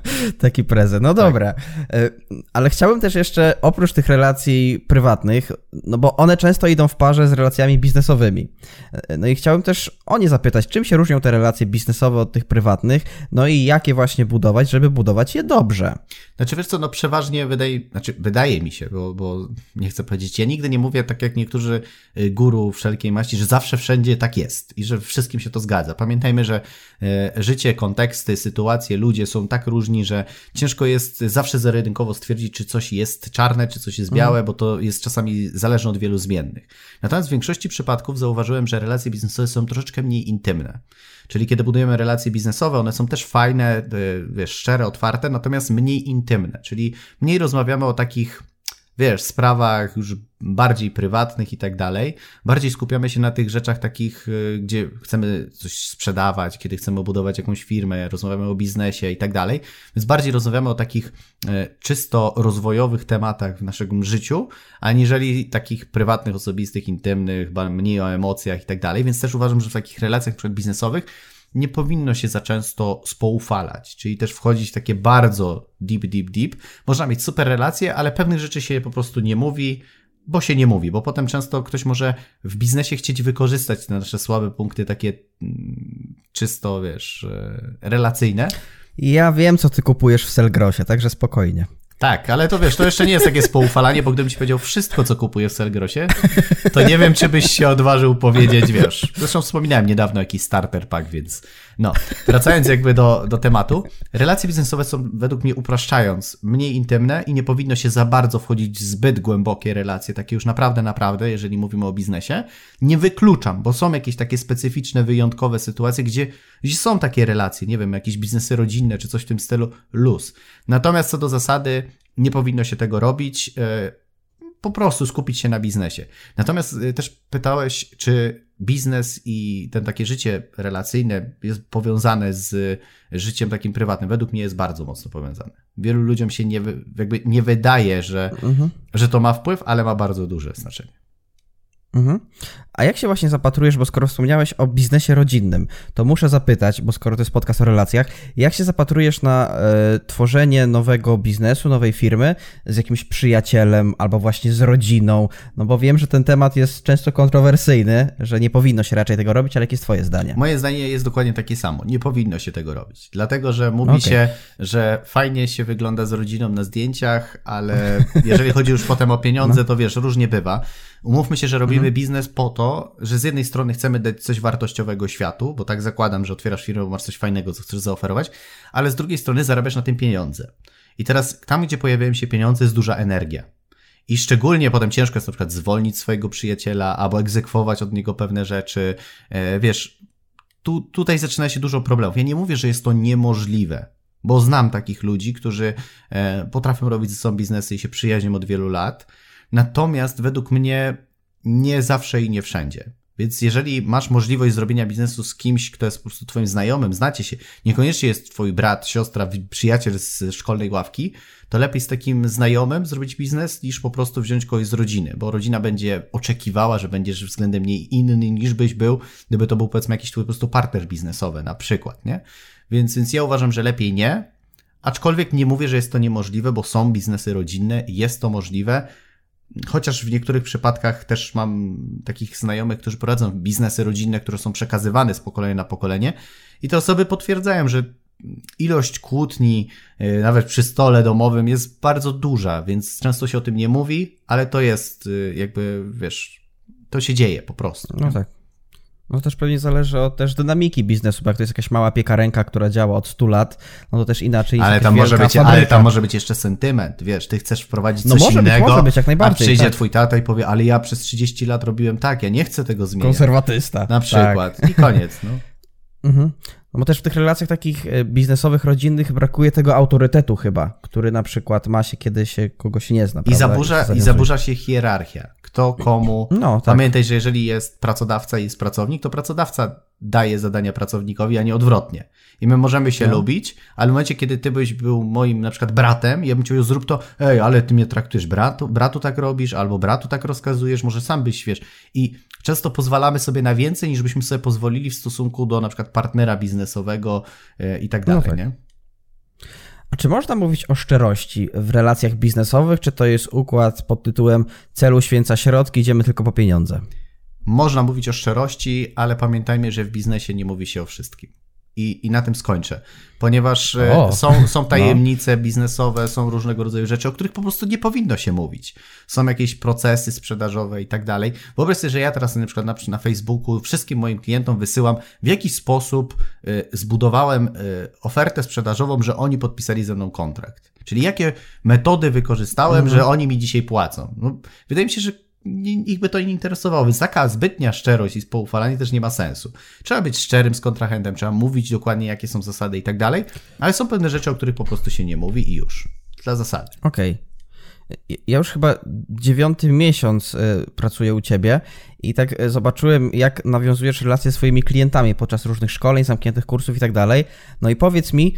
[SPEAKER 1] Taki prezent. No dobra. Tak. Ale chciałbym też jeszcze, oprócz tych relacji prywatnych, no bo one często idą w parze z relacjami biznesowymi. No i chciałbym też o nie zapytać, czym się różnią te relacje biznesowe od tych prywatnych, no i jak je właśnie budować, żeby budować je dobrze.
[SPEAKER 2] Znaczy wiesz co, no przeważnie wydaje, znaczy wydaje mi się, bo, bo nie chcę powiedzieć, ja nigdy nie mówię tak jak niektórzy guru wszelkiej maści, że zawsze wszędzie tak jest i że wszystkim się to zgadza. Pamiętajmy, że życie, konteksty, sytuacje, ludzie są tak różni, że ciężko jest zawsze zero-jedynkowo stwierdzić, czy coś jest czarne, czy coś jest białe, mm. bo to jest czasami zależne od wielu zmiennych. Natomiast w większości przypadków zauważyłem, że relacje biznesowe są troszeczkę mniej intymne. Czyli kiedy budujemy relacje biznesowe, one są też fajne, wiesz, szczere, otwarte, natomiast mniej intymne, czyli mniej rozmawiamy o takich, wiesz, sprawach już bardziej prywatnych i tak dalej. Bardziej skupiamy się na tych rzeczach takich, gdzie chcemy coś sprzedawać, kiedy chcemy budować jakąś firmę, rozmawiamy o biznesie i tak dalej. Więc bardziej rozmawiamy o takich czysto rozwojowych tematach w naszym życiu, aniżeli takich prywatnych, osobistych, intymnych, mniej o emocjach i tak dalej. Więc też uważam, że w takich relacjach biznesowych nie powinno się za często spoufalać, czyli też wchodzić w takie bardzo deep, deep, deep. Można mieć super relacje, ale pewnych rzeczy się po prostu nie mówi, bo się nie mówi, bo potem często ktoś może w biznesie chcieć wykorzystać te nasze słabe punkty, takie czysto, wiesz, relacyjne.
[SPEAKER 1] Ja wiem, co ty kupujesz w Selgrosie, także spokojnie.
[SPEAKER 2] Tak, ale to wiesz, to jeszcze nie jest takie spoufalanie, bo gdybym ci powiedział wszystko, co kupuję w Selgrosie, to nie wiem, czy byś się odważył powiedzieć, wiesz. Zresztą wspominałem niedawno jakiś starter pack, więc no. Wracając jakby do, do tematu, relacje biznesowe są według mnie, upraszczając, mniej intymne i nie powinno się za bardzo wchodzić w zbyt głębokie relacje, takie już naprawdę, naprawdę, jeżeli mówimy o biznesie. Nie wykluczam, bo są jakieś takie specyficzne, wyjątkowe sytuacje, gdzie, gdzie są takie relacje, nie wiem, jakieś biznesy rodzinne, czy coś w tym stylu, luz. Natomiast co do zasady, nie powinno się tego robić, po prostu skupić się na biznesie. Natomiast też pytałeś, czy biznes i ten takie życie relacyjne jest powiązane z życiem takim prywatnym. Według mnie jest bardzo mocno powiązane. Wielu ludziom się nie, jakby nie wydaje, że, mhm. że to ma wpływ, ale ma bardzo duże znaczenie.
[SPEAKER 1] Mhm. A jak się właśnie zapatrujesz, bo skoro wspomniałeś o biznesie rodzinnym, to muszę zapytać, bo skoro to jest podcast o relacjach, jak się zapatrujesz na e, tworzenie nowego biznesu, nowej firmy z jakimś przyjacielem albo właśnie z rodziną? No bo wiem, że ten temat jest często kontrowersyjny, że nie powinno się raczej tego robić, ale jakie jest twoje zdanie?
[SPEAKER 2] Moje zdanie jest dokładnie takie samo. Nie powinno się tego robić. Dlatego, że mówi okay. się, że fajnie się wygląda z rodziną na zdjęciach, ale jeżeli chodzi już potem o pieniądze, no. to wiesz, różnie bywa. Umówmy się, że robimy mhm. biznes po to, że z jednej strony chcemy dać coś wartościowego światu, bo tak zakładam, że otwierasz firmę, bo masz coś fajnego, co chcesz zaoferować, ale z drugiej strony zarabiasz na tym pieniądze. I teraz tam, gdzie pojawiają się pieniądze, jest duża energia. I szczególnie potem ciężko jest na przykład zwolnić swojego przyjaciela albo egzekwować od niego pewne rzeczy. Wiesz, tu, tutaj zaczyna się dużo problemów. Ja nie mówię, że jest to niemożliwe, bo znam takich ludzi, którzy potrafią robić ze sobą biznesy i się przyjaźnią od wielu lat. Natomiast według mnie nie zawsze i nie wszędzie. Więc jeżeli masz możliwość zrobienia biznesu z kimś, kto jest po prostu twoim znajomym, znacie się, niekoniecznie jest twój brat, siostra, przyjaciel z szkolnej ławki, to lepiej z takim znajomym zrobić biznes, niż po prostu wziąć kogoś z rodziny, bo rodzina będzie oczekiwała, że będziesz względem niej inny niż byś był, gdyby to był powiedzmy jakiś twój po prostu partner biznesowy na przykład, nie? Więc, więc ja uważam, że lepiej nie, aczkolwiek nie mówię, że jest to niemożliwe, bo są biznesy rodzinne, jest to możliwe. Chociaż w niektórych przypadkach też mam takich znajomych, którzy prowadzą biznesy rodzinne, które są przekazywane z pokolenia na pokolenie i te osoby potwierdzają, że ilość kłótni, nawet przy stole domowym, jest bardzo duża, więc często się o tym nie mówi, ale to jest jakby, wiesz, to się dzieje po prostu.
[SPEAKER 1] No tak. No też pewnie zależy od też dynamiki biznesu, bo jak to jest jakaś mała piekarenka, która działa od stu lat, no to też inaczej.
[SPEAKER 2] Ale tam może być, ale tam może być jeszcze sentyment, wiesz, ty chcesz wprowadzić coś
[SPEAKER 1] no może
[SPEAKER 2] innego,
[SPEAKER 1] być, może być, jak najbardziej,
[SPEAKER 2] a przyjdzie
[SPEAKER 1] tak.
[SPEAKER 2] twój tata i powie, ale ja przez trzydzieści lat robiłem tak, ja nie chcę tego zmieniać.
[SPEAKER 1] Konserwatysta.
[SPEAKER 2] Na przykład. Tak. I koniec, no.
[SPEAKER 1] Mhm. No bo też w tych relacjach takich biznesowych, rodzinnych brakuje tego autorytetu chyba, który na przykład ma się, kiedy się kogoś nie zna.
[SPEAKER 2] I zaburza, i zaburza się hierarchia. Kto komu. No, tak. Pamiętaj, że jeżeli jest pracodawca i jest pracownik, to pracodawca daje zadania pracownikowi, a nie odwrotnie. I my możemy się no. lubić, ale w momencie, kiedy ty byś był moim na przykład bratem, ja bym ci powiedział, zrób to, ej, ale ty mnie traktujesz bratu, bratu tak robisz, albo bratu tak rozkazujesz, może sam byś, wiesz. I często pozwalamy sobie na więcej, niż byśmy sobie pozwolili w stosunku do na przykład partnera biznesowego yy, i tak dalej, no tak. nie?
[SPEAKER 1] A czy można mówić o szczerości w relacjach biznesowych, czy to jest układ pod tytułem cel uświęca środki, idziemy tylko po pieniądze?
[SPEAKER 2] Można mówić o szczerości, ale pamiętajmy, że w biznesie nie mówi się o wszystkim. I, i na tym skończę, ponieważ o. są, są tajemnice no. biznesowe, są różnego rodzaju rzeczy, o których po prostu nie powinno się mówić. Są jakieś procesy sprzedażowe i tak dalej. Wyobraź sobie, że ja teraz na przykład na, na Facebooku wszystkim moim klientom wysyłam, w jaki sposób y, zbudowałem y, ofertę sprzedażową, że oni podpisali ze mną kontrakt. Czyli jakie metody wykorzystałem, mhm. że oni mi dzisiaj płacą. No, wydaje mi się, że ich by to nie interesowało, więc taka zbytnia szczerość i spoufalanie też nie ma sensu. Trzeba być szczerym z kontrahentem, trzeba mówić dokładnie, jakie są zasady i tak dalej, ale są pewne rzeczy, o których po prostu się nie mówi i już. Dla zasady.
[SPEAKER 1] Okej. Okay. Ja już chyba dziewiąty miesiąc pracuję u Ciebie i tak zobaczyłem, jak nawiązujesz relacje z swoimi klientami podczas różnych szkoleń, zamkniętych kursów i tak dalej. No i powiedz mi,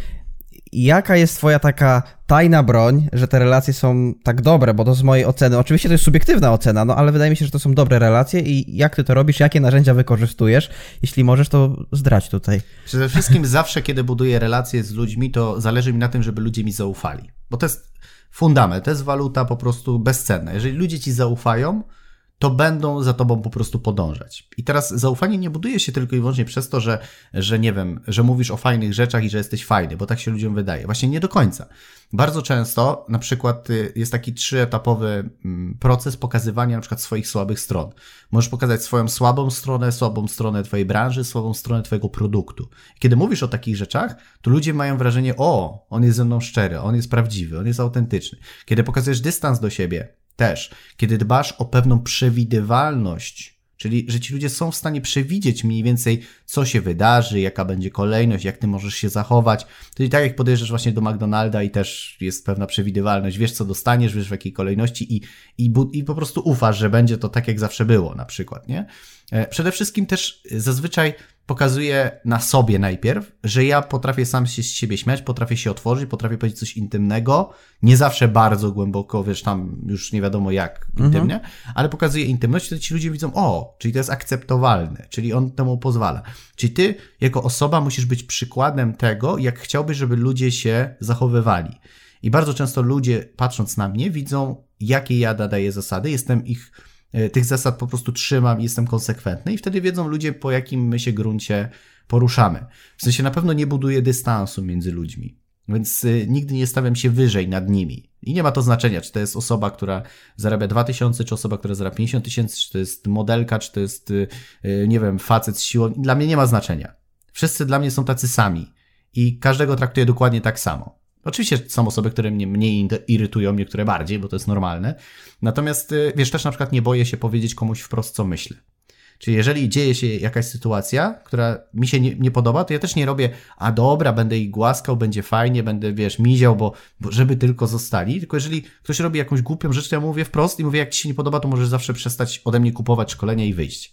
[SPEAKER 1] jaka jest twoja taka tajna broń, że te relacje są tak dobre, bo to z mojej oceny, oczywiście to jest subiektywna ocena, no ale wydaje mi się, że to są dobre relacje i jak ty to robisz, jakie narzędzia wykorzystujesz, jeśli możesz, to zdradź tutaj.
[SPEAKER 2] Przede wszystkim zawsze, kiedy buduję relacje z ludźmi, to zależy mi na tym, żeby ludzie mi zaufali, bo to jest fundament, to jest waluta po prostu bezcenna. Jeżeli ludzie ci zaufają, to będą za tobą po prostu podążać. I teraz zaufanie nie buduje się tylko i wyłącznie przez to, że, że nie wiem, że mówisz o fajnych rzeczach i że jesteś fajny, bo tak się ludziom wydaje. Właśnie nie do końca. Bardzo często na przykład jest taki trzyetapowy proces pokazywania na przykład swoich słabych stron. Możesz pokazać swoją słabą stronę, słabą stronę twojej branży, słabą stronę twojego produktu. Kiedy mówisz o takich rzeczach, to ludzie mają wrażenie, o, on jest ze mną szczery, on jest prawdziwy, on jest autentyczny. Kiedy pokazujesz dystans do siebie, też, kiedy dbasz o pewną przewidywalność, czyli że ci ludzie są w stanie przewidzieć mniej więcej, co się wydarzy, jaka będzie kolejność, jak ty możesz się zachować. Czyli tak jak podjeżdżasz właśnie do McDonalda i też jest pewna przewidywalność, wiesz co dostaniesz, wiesz w jakiej kolejności i, i, i po prostu ufasz, że będzie to tak jak zawsze było na przykład, nie? Przede wszystkim też zazwyczaj pokazuję na sobie najpierw, że ja potrafię sam się z siebie śmiać, potrafię się otworzyć, potrafię powiedzieć coś intymnego, nie zawsze bardzo głęboko, wiesz, tam już nie wiadomo jak intymnie, mhm. ale pokazuję intymność, wtedy ci ludzie widzą, o, czyli to jest akceptowalne, czyli on temu pozwala. Czyli ty jako osoba musisz być przykładem tego, jak chciałbyś, żeby ludzie się zachowywali. I bardzo często ludzie, patrząc na mnie, widzą, jakie ja nadaję zasady, jestem ich tych zasad po prostu trzymam i jestem konsekwentny i wtedy wiedzą ludzie, po jakim my się gruncie poruszamy. W sensie na pewno nie buduję dystansu między ludźmi, więc nigdy nie stawiam się wyżej nad nimi. I nie ma to znaczenia, czy to jest osoba, która zarabia dwa tysiące, czy osoba, która zarabia pięćdziesiąt tysięcy, czy to jest modelka, czy to jest, nie wiem, facet z siłą. Dla mnie nie ma znaczenia. Wszyscy dla mnie są tacy sami i każdego traktuję dokładnie tak samo. Oczywiście są osoby, które mnie mniej irytują, niektóre bardziej, bo to jest normalne. Natomiast, wiesz, też na przykład nie boję się powiedzieć komuś wprost, co myślę. Czyli jeżeli dzieje się jakaś sytuacja, która mi się nie, nie podoba, to ja też nie robię, a dobra, będę ich głaskał, będzie fajnie, będę, wiesz, miział, bo, bo żeby tylko zostali. Tylko jeżeli ktoś robi jakąś głupią rzecz, to ja mówię wprost i mówię, jak ci się nie podoba, to możesz zawsze przestać ode mnie kupować szkolenia i wyjść.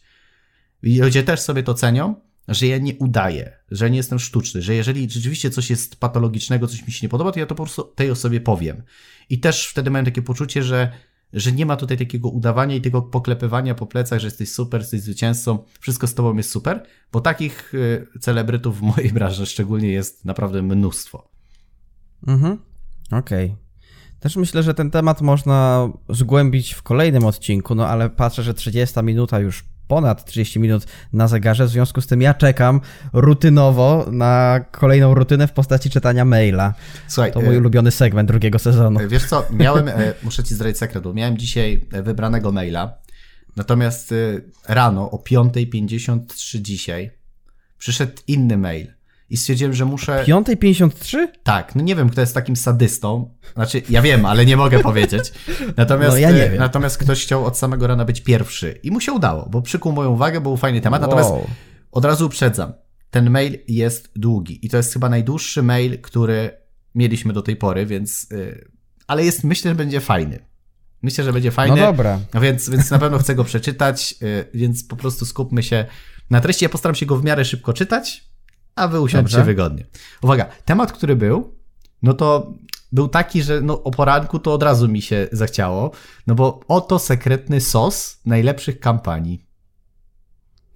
[SPEAKER 2] I ludzie też sobie to cenią, że ja nie udaję, że nie jestem sztuczny, że jeżeli rzeczywiście coś jest patologicznego, coś mi się nie podoba, to ja to po prostu tej osobie powiem. I też wtedy mają takie poczucie, że, że nie ma tutaj takiego udawania i tego poklepywania po plecach, że jesteś super, jesteś zwycięzcą, wszystko z tobą jest super, bo takich celebrytów w mojej branży szczególnie jest naprawdę mnóstwo.
[SPEAKER 1] Mhm, okej. Okay. Też myślę, że ten temat można zgłębić w kolejnym odcinku, no ale patrzę, że trzydziesta minuta już ponad trzydzieści minut na zegarze, w związku z tym ja czekam rutynowo na kolejną rutynę w postaci czytania maila. Słuchaj, to mój e... ulubiony segment drugiego sezonu.
[SPEAKER 2] Wiesz co, miałem, e, muszę ci zdradzić sekret, bo miałem dzisiaj wybranego maila, natomiast e, rano o piąta pięćdziesiąt trzy dzisiaj przyszedł inny mail. I stwierdziłem, że muszę...
[SPEAKER 1] piąta pięćdziesiąt trzy?
[SPEAKER 2] Tak, no nie wiem, kto jest takim sadystą. Znaczy, ja wiem, ale nie mogę powiedzieć. Natomiast,
[SPEAKER 1] no ja nie wiem.
[SPEAKER 2] Natomiast ktoś chciał od samego rana być pierwszy. I mu się udało, bo przykuł moją uwagę, był fajny temat. Natomiast wow. Od razu uprzedzam, ten mail jest długi. I to jest chyba najdłuższy mail, który mieliśmy do tej pory, więc... Yy, ale jest, myślę, że będzie fajny. Myślę, że będzie fajny.
[SPEAKER 1] No dobra.
[SPEAKER 2] Więc, więc na pewno chcę go przeczytać, yy, więc po prostu skupmy się na treści. Ja postaram się go w miarę szybko czytać, a wy usiądźcie wygodnie. Uwaga, temat, który był, no to był taki, że no o poranku to od razu mi się zachciało, no bo oto sekretny sos najlepszych kampanii.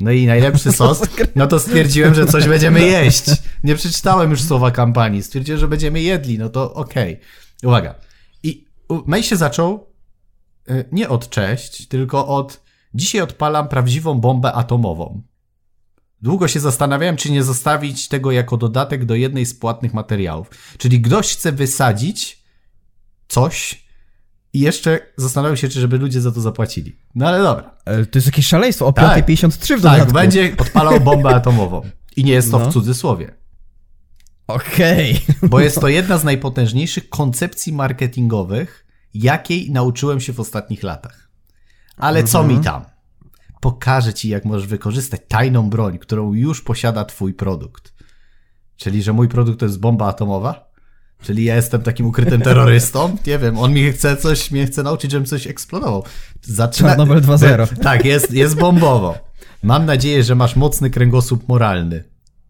[SPEAKER 2] No i najlepszy sos, no to stwierdziłem, że coś będziemy jeść. Nie przeczytałem już słowa kampanii, stwierdziłem, że będziemy jedli, no to okej. Okay. Uwaga. I mail się zaczął y, nie od cześć, tylko od dzisiaj odpalam prawdziwą bombę atomową. Długo się zastanawiałem, czy nie zostawić tego jako dodatek do jednej z płatnych materiałów. Czyli ktoś chce wysadzić coś i jeszcze zastanawiam się, czy żeby ludzie za to zapłacili. No ale dobra.
[SPEAKER 1] Ale to jest jakieś szaleństwo, o piąta pięćdziesiąt trzy w dodatku.
[SPEAKER 2] Tak, będzie odpalał bombę atomową. I nie jest to no. w cudzysłowie.
[SPEAKER 1] Okej. Okay.
[SPEAKER 2] Bo jest to jedna z najpotężniejszych koncepcji marketingowych, jakiej nauczyłem się w ostatnich latach. Ale mhm. co mi tam? Pokażę ci, jak możesz wykorzystać tajną broń, którą już posiada twój produkt. Czyli, że mój produkt to jest bomba atomowa? Czyli ja jestem takim ukrytym terrorystą? Nie wiem, on mi chce coś, mnie chce nauczyć, żebym coś eksplodował. Zaczyna...
[SPEAKER 1] Czarnobyl dwa zero.
[SPEAKER 2] Tak, jest, jest bombowo. Mam nadzieję, że masz mocny kręgosłup moralny.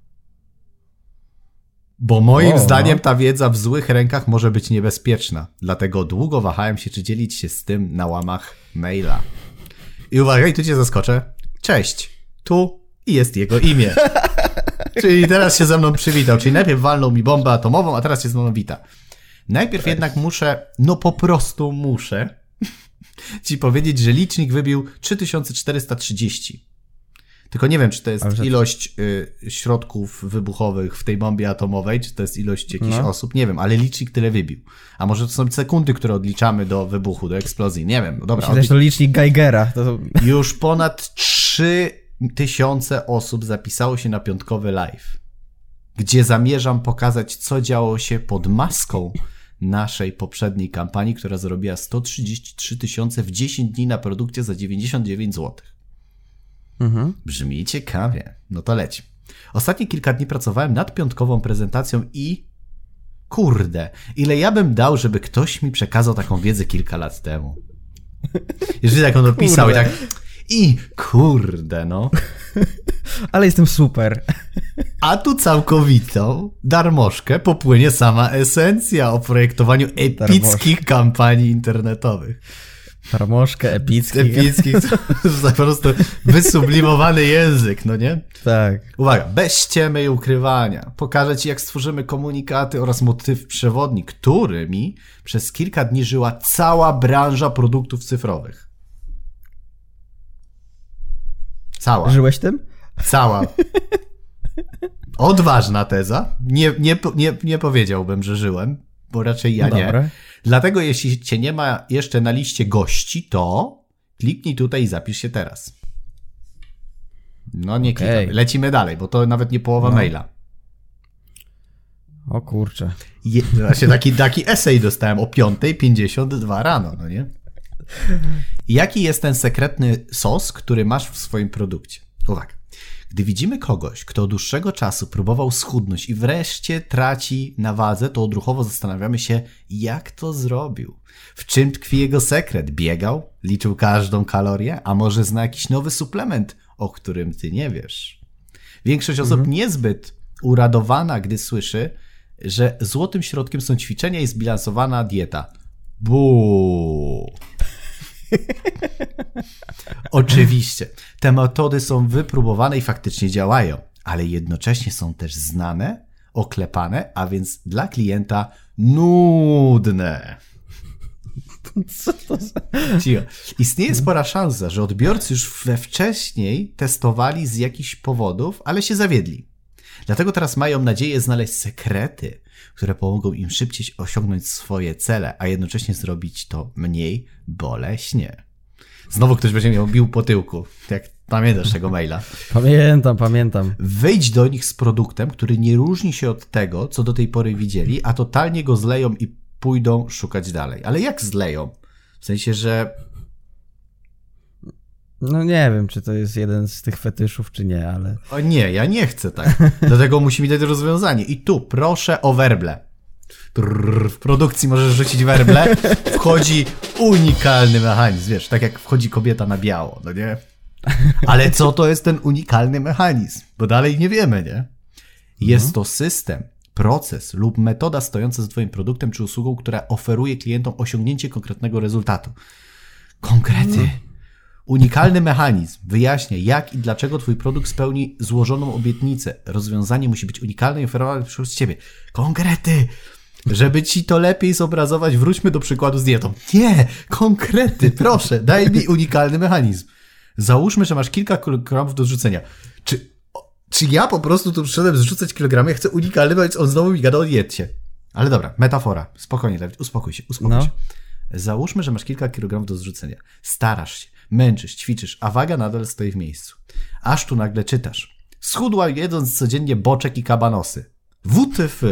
[SPEAKER 2] Bo moim o, zdaniem no. ta wiedza w złych rękach może być niebezpieczna. Dlatego długo wahałem się, czy dzielić się z tym na łamach maila. I uwaga, i tu cię zaskoczę. Cześć. Tu i jest jego imię. Czyli teraz się ze mną przywitał. Czyli najpierw walnął mi bombę atomową, a teraz się ze mną wita. Najpierw Cześć. jednak muszę, no po prostu muszę ci powiedzieć, że licznik wybił trzy tysiące czterysta trzydzieści. Tylko nie wiem, czy to jest Ale ilość y, środków wybuchowych w tej bombie atomowej, czy to jest ilość jakichś no. osób, nie wiem, ale licznik tyle wybił. A może to są sekundy, które odliczamy do wybuchu, do eksplozji, nie wiem. Dobra,
[SPEAKER 1] Myślę, odli- to licznik Geigera. To...
[SPEAKER 2] Już ponad trzy tysiące osób zapisało się na piątkowy live, gdzie zamierzam pokazać, co działo się pod maską naszej poprzedniej kampanii, która zarobiła sto trzydzieści trzy tysiące w dziesięć dni na produkcie za dziewięćdziesiąt dziewięć złotych. Mhm. Brzmi ciekawie. No to leci. Ostatnie kilka dni pracowałem nad piątkową prezentacją i kurde, ile ja bym dał, żeby ktoś mi przekazał taką wiedzę kilka lat temu. Jeżeli tak on opisał i tak i kurde, no.
[SPEAKER 1] Ale jestem super.
[SPEAKER 2] A tu całkowitą darmożkę popłynie sama esencja o projektowaniu epickich Darmożka. kampanii internetowych.
[SPEAKER 1] Darmożkę, epickich.
[SPEAKER 2] Epickich, to jest po prostu wysublimowany język, no nie?
[SPEAKER 1] Tak.
[SPEAKER 2] Uwaga, bez ściemy i ukrywania. Pokażę ci, jak stworzymy komunikaty oraz motyw przewodni, którymi przez kilka dni żyła cała branża produktów cyfrowych. Cała.
[SPEAKER 1] Żyłeś tym?
[SPEAKER 2] Cała. Odważna teza. Nie, nie, nie, nie powiedziałbym, że żyłem, bo raczej ja nie. Dobre. Dlatego jeśli cię nie ma jeszcze na liście gości, to kliknij tutaj i zapisz się teraz. No nie okay. klikamy. Lecimy dalej, bo to nawet nie połowa no. maila.
[SPEAKER 1] O kurczę.
[SPEAKER 2] Je, właśnie taki, taki esej dostałem o piąta pięćdziesiąt dwa rano, no nie? Jaki jest ten sekretny sos, który masz w swoim produkcie? Uwaga. Gdy widzimy kogoś, kto od dłuższego czasu próbował schudnąć i wreszcie traci na wadze, to odruchowo zastanawiamy się, jak to zrobił. W czym tkwi jego sekret? Biegał? Liczył każdą kalorię? A może zna jakiś nowy suplement, o którym ty nie wiesz? Większość osób mhm. niezbyt uradowana, gdy słyszy, że złotym środkiem są ćwiczenia i zbilansowana dieta. Buu! Oczywiście, te metody są wypróbowane i faktycznie działają, ale jednocześnie są też znane, oklepane, a więc dla klienta nudne. Co to za... Cicho. Istnieje spora szansa, że odbiorcy już we wcześniej testowali z jakichś powodów, ale się zawiedli. Dlatego teraz mają nadzieję znaleźć sekrety, które pomogą im szybciej osiągnąć swoje cele, a jednocześnie zrobić to mniej boleśnie. Znowu ktoś będzie miał bił po tyłku, jak pamiętasz tego maila.
[SPEAKER 1] Pamiętam, pamiętam.
[SPEAKER 2] Wejdź do nich z produktem, który nie różni się od tego, co do tej pory widzieli, a totalnie go zleją i pójdą szukać dalej. Ale jak zleją? W sensie, że...
[SPEAKER 1] No nie wiem, czy to jest jeden z tych fetyszów, czy nie, ale...
[SPEAKER 2] O nie, ja nie chcę tak. Dlatego musi mi dać rozwiązanie. I tu proszę o werble. Brrr, w produkcji możesz rzucić werble. Wchodzi unikalny mechanizm. Wiesz, tak jak wchodzi kobieta na biało, no nie? Ale co to jest ten unikalny mechanizm? Bo dalej nie wiemy, nie? Jest mhm. to system, proces lub metoda stojąca za twoim produktem czy usługą, która oferuje klientom osiągnięcie konkretnego rezultatu. Konkrety. Mhm. Unikalny mechanizm wyjaśnia, jak i dlaczego twój produkt spełni złożoną obietnicę. Rozwiązanie musi być unikalne i oferowane przez ciebie. Konkrety! Żeby ci to lepiej zobrazować, wróćmy do przykładu z dietą. Nie! Konkrety! Proszę, daj mi unikalny mechanizm. Załóżmy, że masz kilka kilogramów do zrzucenia. Czy, czy ja po prostu tu przyszedłem zrzucać kilogramy? Ja chcę unikalny, więc on znowu mi gada o diecie. Ale dobra, metafora. Spokojnie, Dawid, uspokój się, uspokój
[SPEAKER 1] No.
[SPEAKER 2] się. Załóżmy, że masz kilka kilogramów do zrzucenia. Starasz się, męczysz, ćwiczysz, a waga nadal stoi w miejscu. Aż tu nagle czytasz. Schudła jedząc codziennie boczek i kabanosy. W T F.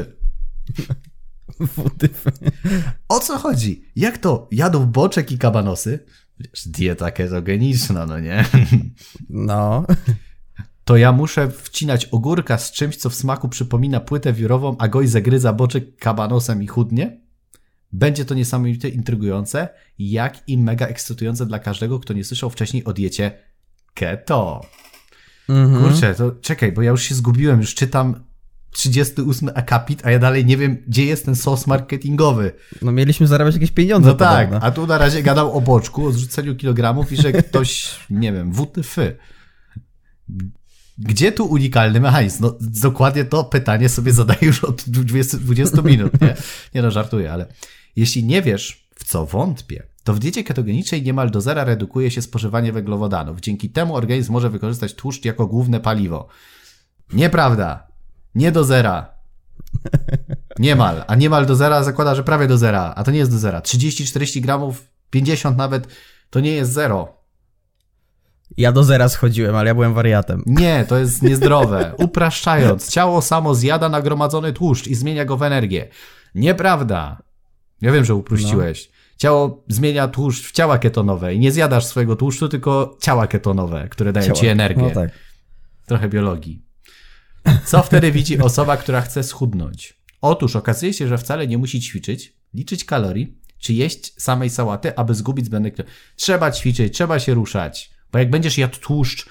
[SPEAKER 2] O co chodzi? Jak to? Jadą boczek i kabanosy? Wiesz, dieta ketogeniczna, no nie?
[SPEAKER 1] No.
[SPEAKER 2] To ja muszę wcinać ogórka z czymś, co w smaku przypomina płytę wiórową, a gość zagryza boczek kabanosem i chudnie? Będzie to niesamowicie intrygujące, jak i mega ekscytujące dla każdego, kto nie słyszał wcześniej o diecie keto.
[SPEAKER 1] Mhm.
[SPEAKER 2] Kurczę, to czekaj, bo ja już się zgubiłem, już czytam trzydziesty ósmy akapit, a ja dalej nie wiem, gdzie jest ten sos marketingowy.
[SPEAKER 1] No mieliśmy zarabiać jakieś pieniądze.
[SPEAKER 2] No tak,
[SPEAKER 1] podobno.
[SPEAKER 2] a tu na razie gadał o boczku, o zrzuceniu kilogramów i że ktoś, nie wiem, W T F. Gdzie tu unikalny mechanizm? No dokładnie to pytanie sobie zadaję już od dwudziestu minut, nie? Nie no, żartuję, ale jeśli nie wiesz, w co wątpię, to w diecie ketogenicznej niemal do zera redukuje się spożywanie węglowodanów. Dzięki temu organizm może wykorzystać tłuszcz jako główne paliwo. Nieprawda. Nie do zera. Niemal. A niemal do zera zakłada, że prawie do zera. A to nie jest do zera. trzydzieści czterdzieści gramów, pięćdziesiąt nawet, to nie jest zero.
[SPEAKER 1] Ja do zera schodziłem, ale ja byłem wariatem.
[SPEAKER 2] Nie, to jest niezdrowe. Upraszczając, ciało samo zjada nagromadzony tłuszcz i zmienia go w energię. Nieprawda. Ja wiem, że uprościłeś. No. Ciało zmienia tłuszcz w ciała ketonowe i nie zjadasz swojego tłuszczu, tylko ciała ketonowe, które dają
[SPEAKER 1] Ciała.
[SPEAKER 2] ci energię.
[SPEAKER 1] No tak.
[SPEAKER 2] Trochę biologii. Co wtedy widzi osoba, która chce schudnąć? Otóż okazuje się, że wcale nie musi ćwiczyć, liczyć kalorii, czy jeść samej sałaty, aby zgubić zbędne kalorie. Trzeba ćwiczyć, trzeba się ruszać. Bo jak będziesz jadł tłuszcz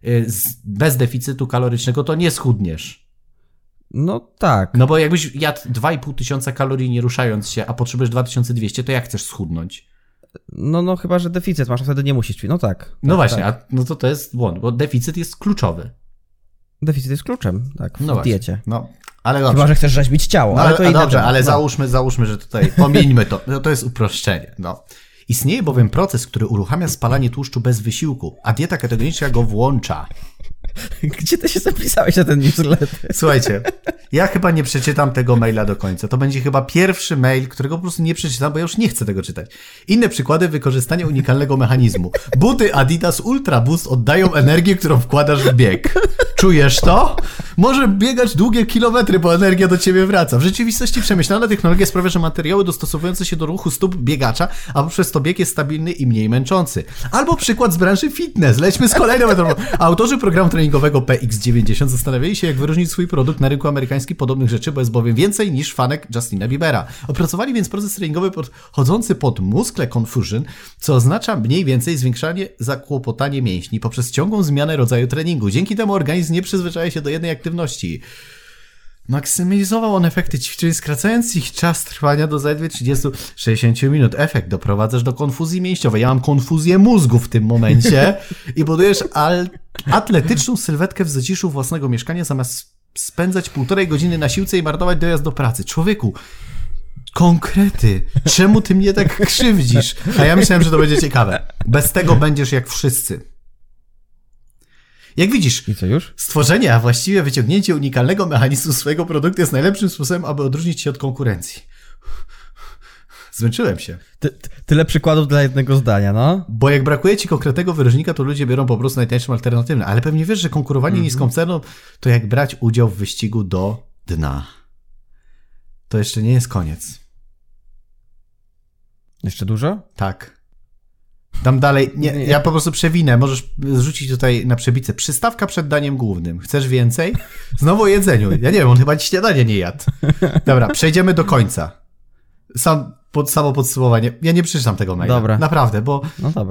[SPEAKER 2] bez deficytu kalorycznego, to nie schudniesz.
[SPEAKER 1] No tak.
[SPEAKER 2] No bo jakbyś jadł dwa i pół tysiąca kalorii nie ruszając się, a potrzebujesz dwa tysiące dwieście, to jak chcesz schudnąć?
[SPEAKER 1] No, no chyba, że deficyt masz, a wtedy nie musisz ćwiczyć. No tak. tak
[SPEAKER 2] no właśnie,
[SPEAKER 1] tak.
[SPEAKER 2] a no to to jest błąd, bo deficyt jest kluczowy.
[SPEAKER 1] Deficyt jest kluczem, tak, w
[SPEAKER 2] no
[SPEAKER 1] diecie.
[SPEAKER 2] No, ale dobrze.
[SPEAKER 1] Chyba, że chcesz rzeźbić ciało,
[SPEAKER 2] no,
[SPEAKER 1] ale to
[SPEAKER 2] a
[SPEAKER 1] inny
[SPEAKER 2] dobrze,
[SPEAKER 1] temat.
[SPEAKER 2] ale
[SPEAKER 1] no.
[SPEAKER 2] załóżmy, załóżmy, że tutaj pomieńmy to. No, to jest uproszczenie, no. Istnieje bowiem proces, który uruchamia spalanie tłuszczu bez wysiłku, a dieta ketogeniczna go włącza.
[SPEAKER 1] Gdzie ty się zapisałeś na ten newsletter?
[SPEAKER 2] Słuchajcie, ja chyba nie przeczytam tego maila do końca. To będzie chyba pierwszy mail, którego po prostu nie przeczytam, bo ja już nie chcę tego czytać. Inne przykłady wykorzystania unikalnego mechanizmu. Buty Adidas Ultra Boost oddają energię, którą wkładasz w bieg. Czujesz to? Może biegać długie kilometry, bo energia do ciebie wraca. W rzeczywistości przemyślana technologia sprawia, że materiały dostosowujące się do ruchu stóp biegacza, a poprzez to bieg jest stabilny i mniej męczący. Albo przykład z branży fitness. Lećmy z kolejną metrą. Autorzy programu treningowego P X dziewięćdziesiąt zastanawiali się, jak wyróżnić swój produkt na rynku amerykańskim podobnych rzeczy, bo jest bowiem więcej niż fanek Justina Biebera. Opracowali więc proces treningowy podchodzący pod muscle confusion, co oznacza mniej więcej zwiększanie zakłopotanie mięśni poprzez ciągłą zmianę rodzaju treningu. Dzięki temu organizm nie przyzwyczaja się do jednej aktywności. Maksymalizował on efekty ćwiczeń, skracając ich czas trwania do zaledwie trzydzieści do sześćdziesięciu minut. Efekt doprowadzasz do konfuzji mięśniowej. Ja mam konfuzję mózgu w tym momencie i budujesz al- atletyczną sylwetkę w zaciszu własnego mieszkania, zamiast spędzać półtorej godziny na siłce i marnować dojazd do pracy. Człowieku, konkrety. Czemu ty mnie tak krzywdzisz? A ja myślałem, że to będzie ciekawe. Bez tego będziesz jak wszyscy. Jak widzisz,
[SPEAKER 1] I co już?
[SPEAKER 2] stworzenie, a właściwie wyciągnięcie unikalnego mechanizmu swojego produktu jest najlepszym sposobem, aby odróżnić się od konkurencji. Zmęczyłem się.
[SPEAKER 1] Ty, ty, tyle przykładów dla jednego zdania, no.
[SPEAKER 2] Bo jak brakuje ci konkretnego wyróżnika, to ludzie biorą po prostu najtańszą alternatywę. Ale pewnie wiesz, że konkurowanie mm-hmm. niską ceną to jak brać udział w wyścigu do dna. To jeszcze nie jest koniec.
[SPEAKER 1] Jeszcze dużo?
[SPEAKER 2] Tak. Dam dalej. Nie, ja po prostu przewinę. Możesz zrzucić tutaj na przebicę. Przystawka przed daniem głównym. Chcesz więcej? Znowu o jedzeniu. Ja nie wiem, on chyba śniadanie nie jadł. Dobra, przejdziemy do końca. Sam, pod, samo podsumowanie. Ja nie przeczytam tego maila.
[SPEAKER 1] Dobra.
[SPEAKER 2] Naprawdę, bo...
[SPEAKER 1] No dobra.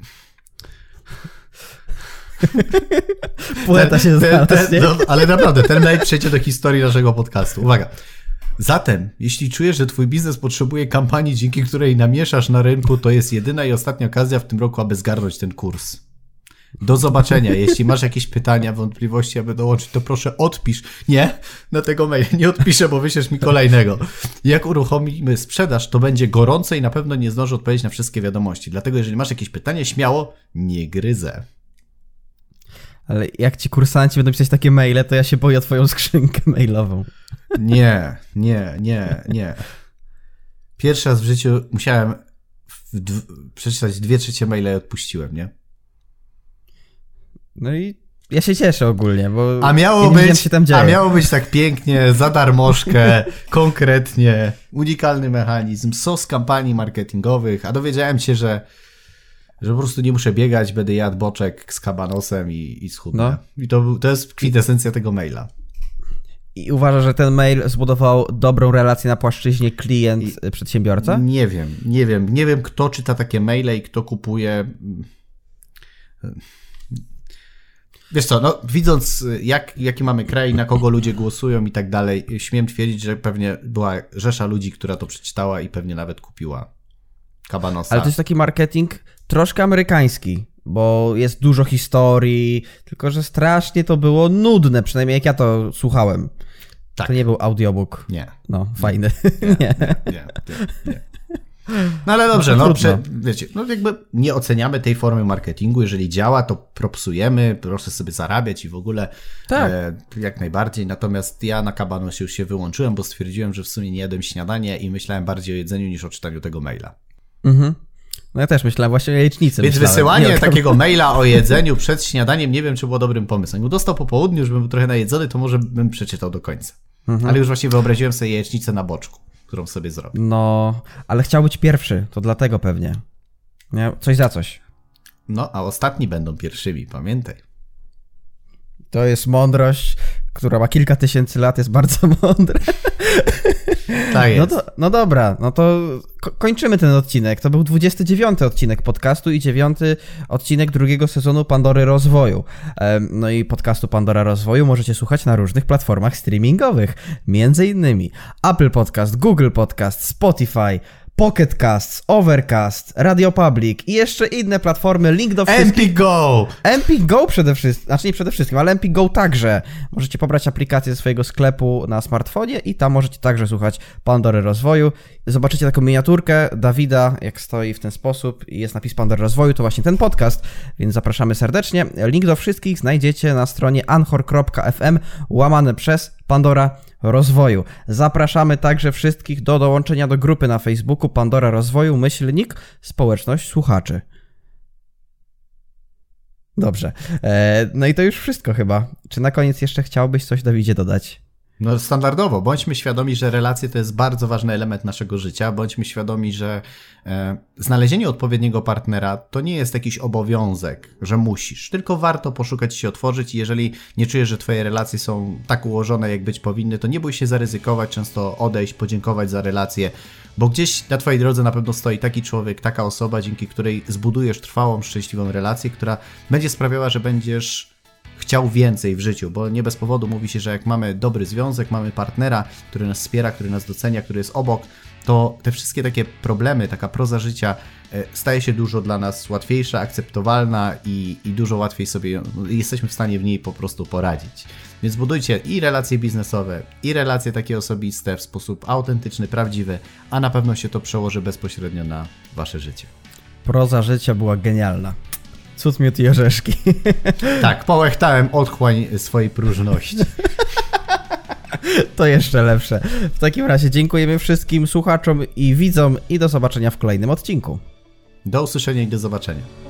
[SPEAKER 1] Poeta się
[SPEAKER 2] ten,
[SPEAKER 1] znalazł,
[SPEAKER 2] ten, no, ale naprawdę, ten mail przejdzie do historii naszego podcastu. Uwaga. Zatem, jeśli czujesz, że twój biznes potrzebuje kampanii, dzięki której namieszasz na rynku, to jest jedyna i ostatnia okazja w tym roku, aby zgarnąć ten kurs. Do zobaczenia. Jeśli masz jakieś pytania, wątpliwości, aby dołączyć, to proszę odpisz. Nie, na tego maila nie odpiszę, bo wyślesz mi kolejnego. Jak uruchomimy sprzedaż, to będzie gorące i na pewno nie zdążę odpowiedzieć na wszystkie wiadomości. Dlatego jeżeli masz jakieś pytanie, śmiało, nie gryzę.
[SPEAKER 1] Ale jak ci kursanci będą pisać takie maile, to ja się boję o twoją skrzynkę mailową.
[SPEAKER 2] Nie, nie, nie, nie. Pierwszy raz w życiu musiałem w d- przeczytać dwie trzecie maile i odpuściłem, nie?
[SPEAKER 1] No i ja się cieszę ogólnie, bo
[SPEAKER 2] a miało
[SPEAKER 1] ja nie
[SPEAKER 2] być,
[SPEAKER 1] wiem, co się tam dzieje.
[SPEAKER 2] A miało być tak pięknie, za darmożkę, konkretnie, unikalny mechanizm, sos kampanii marketingowych, a dowiedziałem się, że, że po prostu nie muszę biegać, będę jadł boczek z kabanosem i, i schudnę. No. I to, to jest kwintesencja tego maila.
[SPEAKER 1] I uważasz, że ten mail zbudował dobrą relację na płaszczyźnie klient-przedsiębiorca?
[SPEAKER 2] Nie wiem, nie wiem. Nie wiem, kto czyta takie maile i kto kupuje. Wiesz co, no widząc jak, jaki mamy kraj, na kogo ludzie głosują i tak dalej, śmiem twierdzić, że pewnie była rzesza ludzi, która to przeczytała i pewnie nawet kupiła kabanosa.
[SPEAKER 1] Ale to jest taki marketing troszkę amerykański, bo jest dużo historii, tylko że strasznie to było nudne, przynajmniej jak ja to słuchałem.
[SPEAKER 2] Tak.
[SPEAKER 1] To nie był audiobook.
[SPEAKER 2] Nie.
[SPEAKER 1] No, fajny.
[SPEAKER 2] Nie, nie, nie, nie, nie. No ale dobrze, no, no prze, wiecie, no jakby nie oceniamy tej formy marketingu, jeżeli działa, to propsujemy, proszę sobie zarabiać i w ogóle
[SPEAKER 1] tak.
[SPEAKER 2] e, jak najbardziej, natomiast ja na kabanosie już się wyłączyłem, bo stwierdziłem, że w sumie nie jadłem śniadania i myślałem bardziej o jedzeniu niż o czytaniu tego maila.
[SPEAKER 1] Mhm. No ja też myślałem właśnie o jajecznicy.
[SPEAKER 2] Więc
[SPEAKER 1] myślałem,
[SPEAKER 2] wysyłanie takiego maila o jedzeniu przed śniadaniem, nie wiem, czy było dobrym pomysłem. Jakbym dostał po południu, już bym był trochę najedzony, to może bym przeczytał do końca. Mhm. Ale już właśnie wyobraziłem sobie jajecznicę na boczku, którą sobie zrobię.
[SPEAKER 1] No, ale chciał być pierwszy, to dlatego pewnie. Nie? Coś za coś.
[SPEAKER 2] No, a ostatni będą pierwszymi, pamiętaj.
[SPEAKER 1] To jest mądrość, która ma kilka tysięcy lat, jest bardzo mądra.
[SPEAKER 2] Tak jest.
[SPEAKER 1] No, to, no dobra, no to ko- kończymy ten odcinek. To był dwudziesty dziewiąty odcinek podcastu i dziewiąty odcinek drugiego sezonu Pandory Rozwoju. No i podcastu Pandora Rozwoju możecie słuchać na różnych platformach streamingowych. Między innymi Apple Podcast, Google Podcast, Spotify, Pocket Casts, Overcast, Radio Public i jeszcze inne platformy. Link do wszystkich.
[SPEAKER 2] Empik Go!
[SPEAKER 1] Empik Go przede wszystkim, znaczy nie przede wszystkim, ale Empik Go także. Możecie pobrać aplikację ze swojego sklepu na smartfonie i tam możecie także słuchać Pandory Rozwoju. Zobaczycie taką miniaturkę Dawida, jak stoi w ten sposób i jest napis Pandory Rozwoju, to właśnie ten podcast, więc zapraszamy serdecznie. Link do wszystkich znajdziecie na stronie anchor kropka f m łamane przez Pandora Rozwoju. Zapraszamy także wszystkich do dołączenia do grupy na Facebooku Pandora Rozwoju, myślnik, społeczność słuchaczy. Dobrze. E, no i to już wszystko chyba. Czy na koniec jeszcze chciałbyś coś, Dawidzie, dodać?
[SPEAKER 2] No standardowo, bądźmy świadomi, że relacje to jest bardzo ważny element naszego życia, bądźmy świadomi, że e, znalezienie odpowiedniego partnera to nie jest jakiś obowiązek, że musisz, tylko warto poszukać się otworzyć i jeżeli nie czujesz, że twoje relacje są tak ułożone, jak być powinny, to nie bój się zaryzykować, często odejść, podziękować za relacje, bo gdzieś na twojej drodze na pewno stoi taki człowiek, taka osoba, dzięki której zbudujesz trwałą, szczęśliwą relację, która będzie sprawiała, że będziesz chciał więcej w życiu, bo nie bez powodu mówi się, że jak mamy dobry związek, mamy partnera, który nas wspiera, który nas docenia, który jest obok, to te wszystkie takie problemy, taka proza życia staje się dużo dla nas łatwiejsza, akceptowalna i, i dużo łatwiej sobie, jesteśmy w stanie w niej po prostu poradzić. Więc budujcie i relacje biznesowe, i relacje takie osobiste w sposób autentyczny, prawdziwy, a na pewno się to przełoży bezpośrednio na wasze życie.
[SPEAKER 1] Proza życia była genialna. Cud, miód i orzeszki.
[SPEAKER 2] Tak, połechtałem otchłań swojej próżności.
[SPEAKER 1] To jeszcze lepsze. W takim razie dziękujemy wszystkim słuchaczom i widzom i do zobaczenia w kolejnym odcinku.
[SPEAKER 2] Do usłyszenia i do zobaczenia.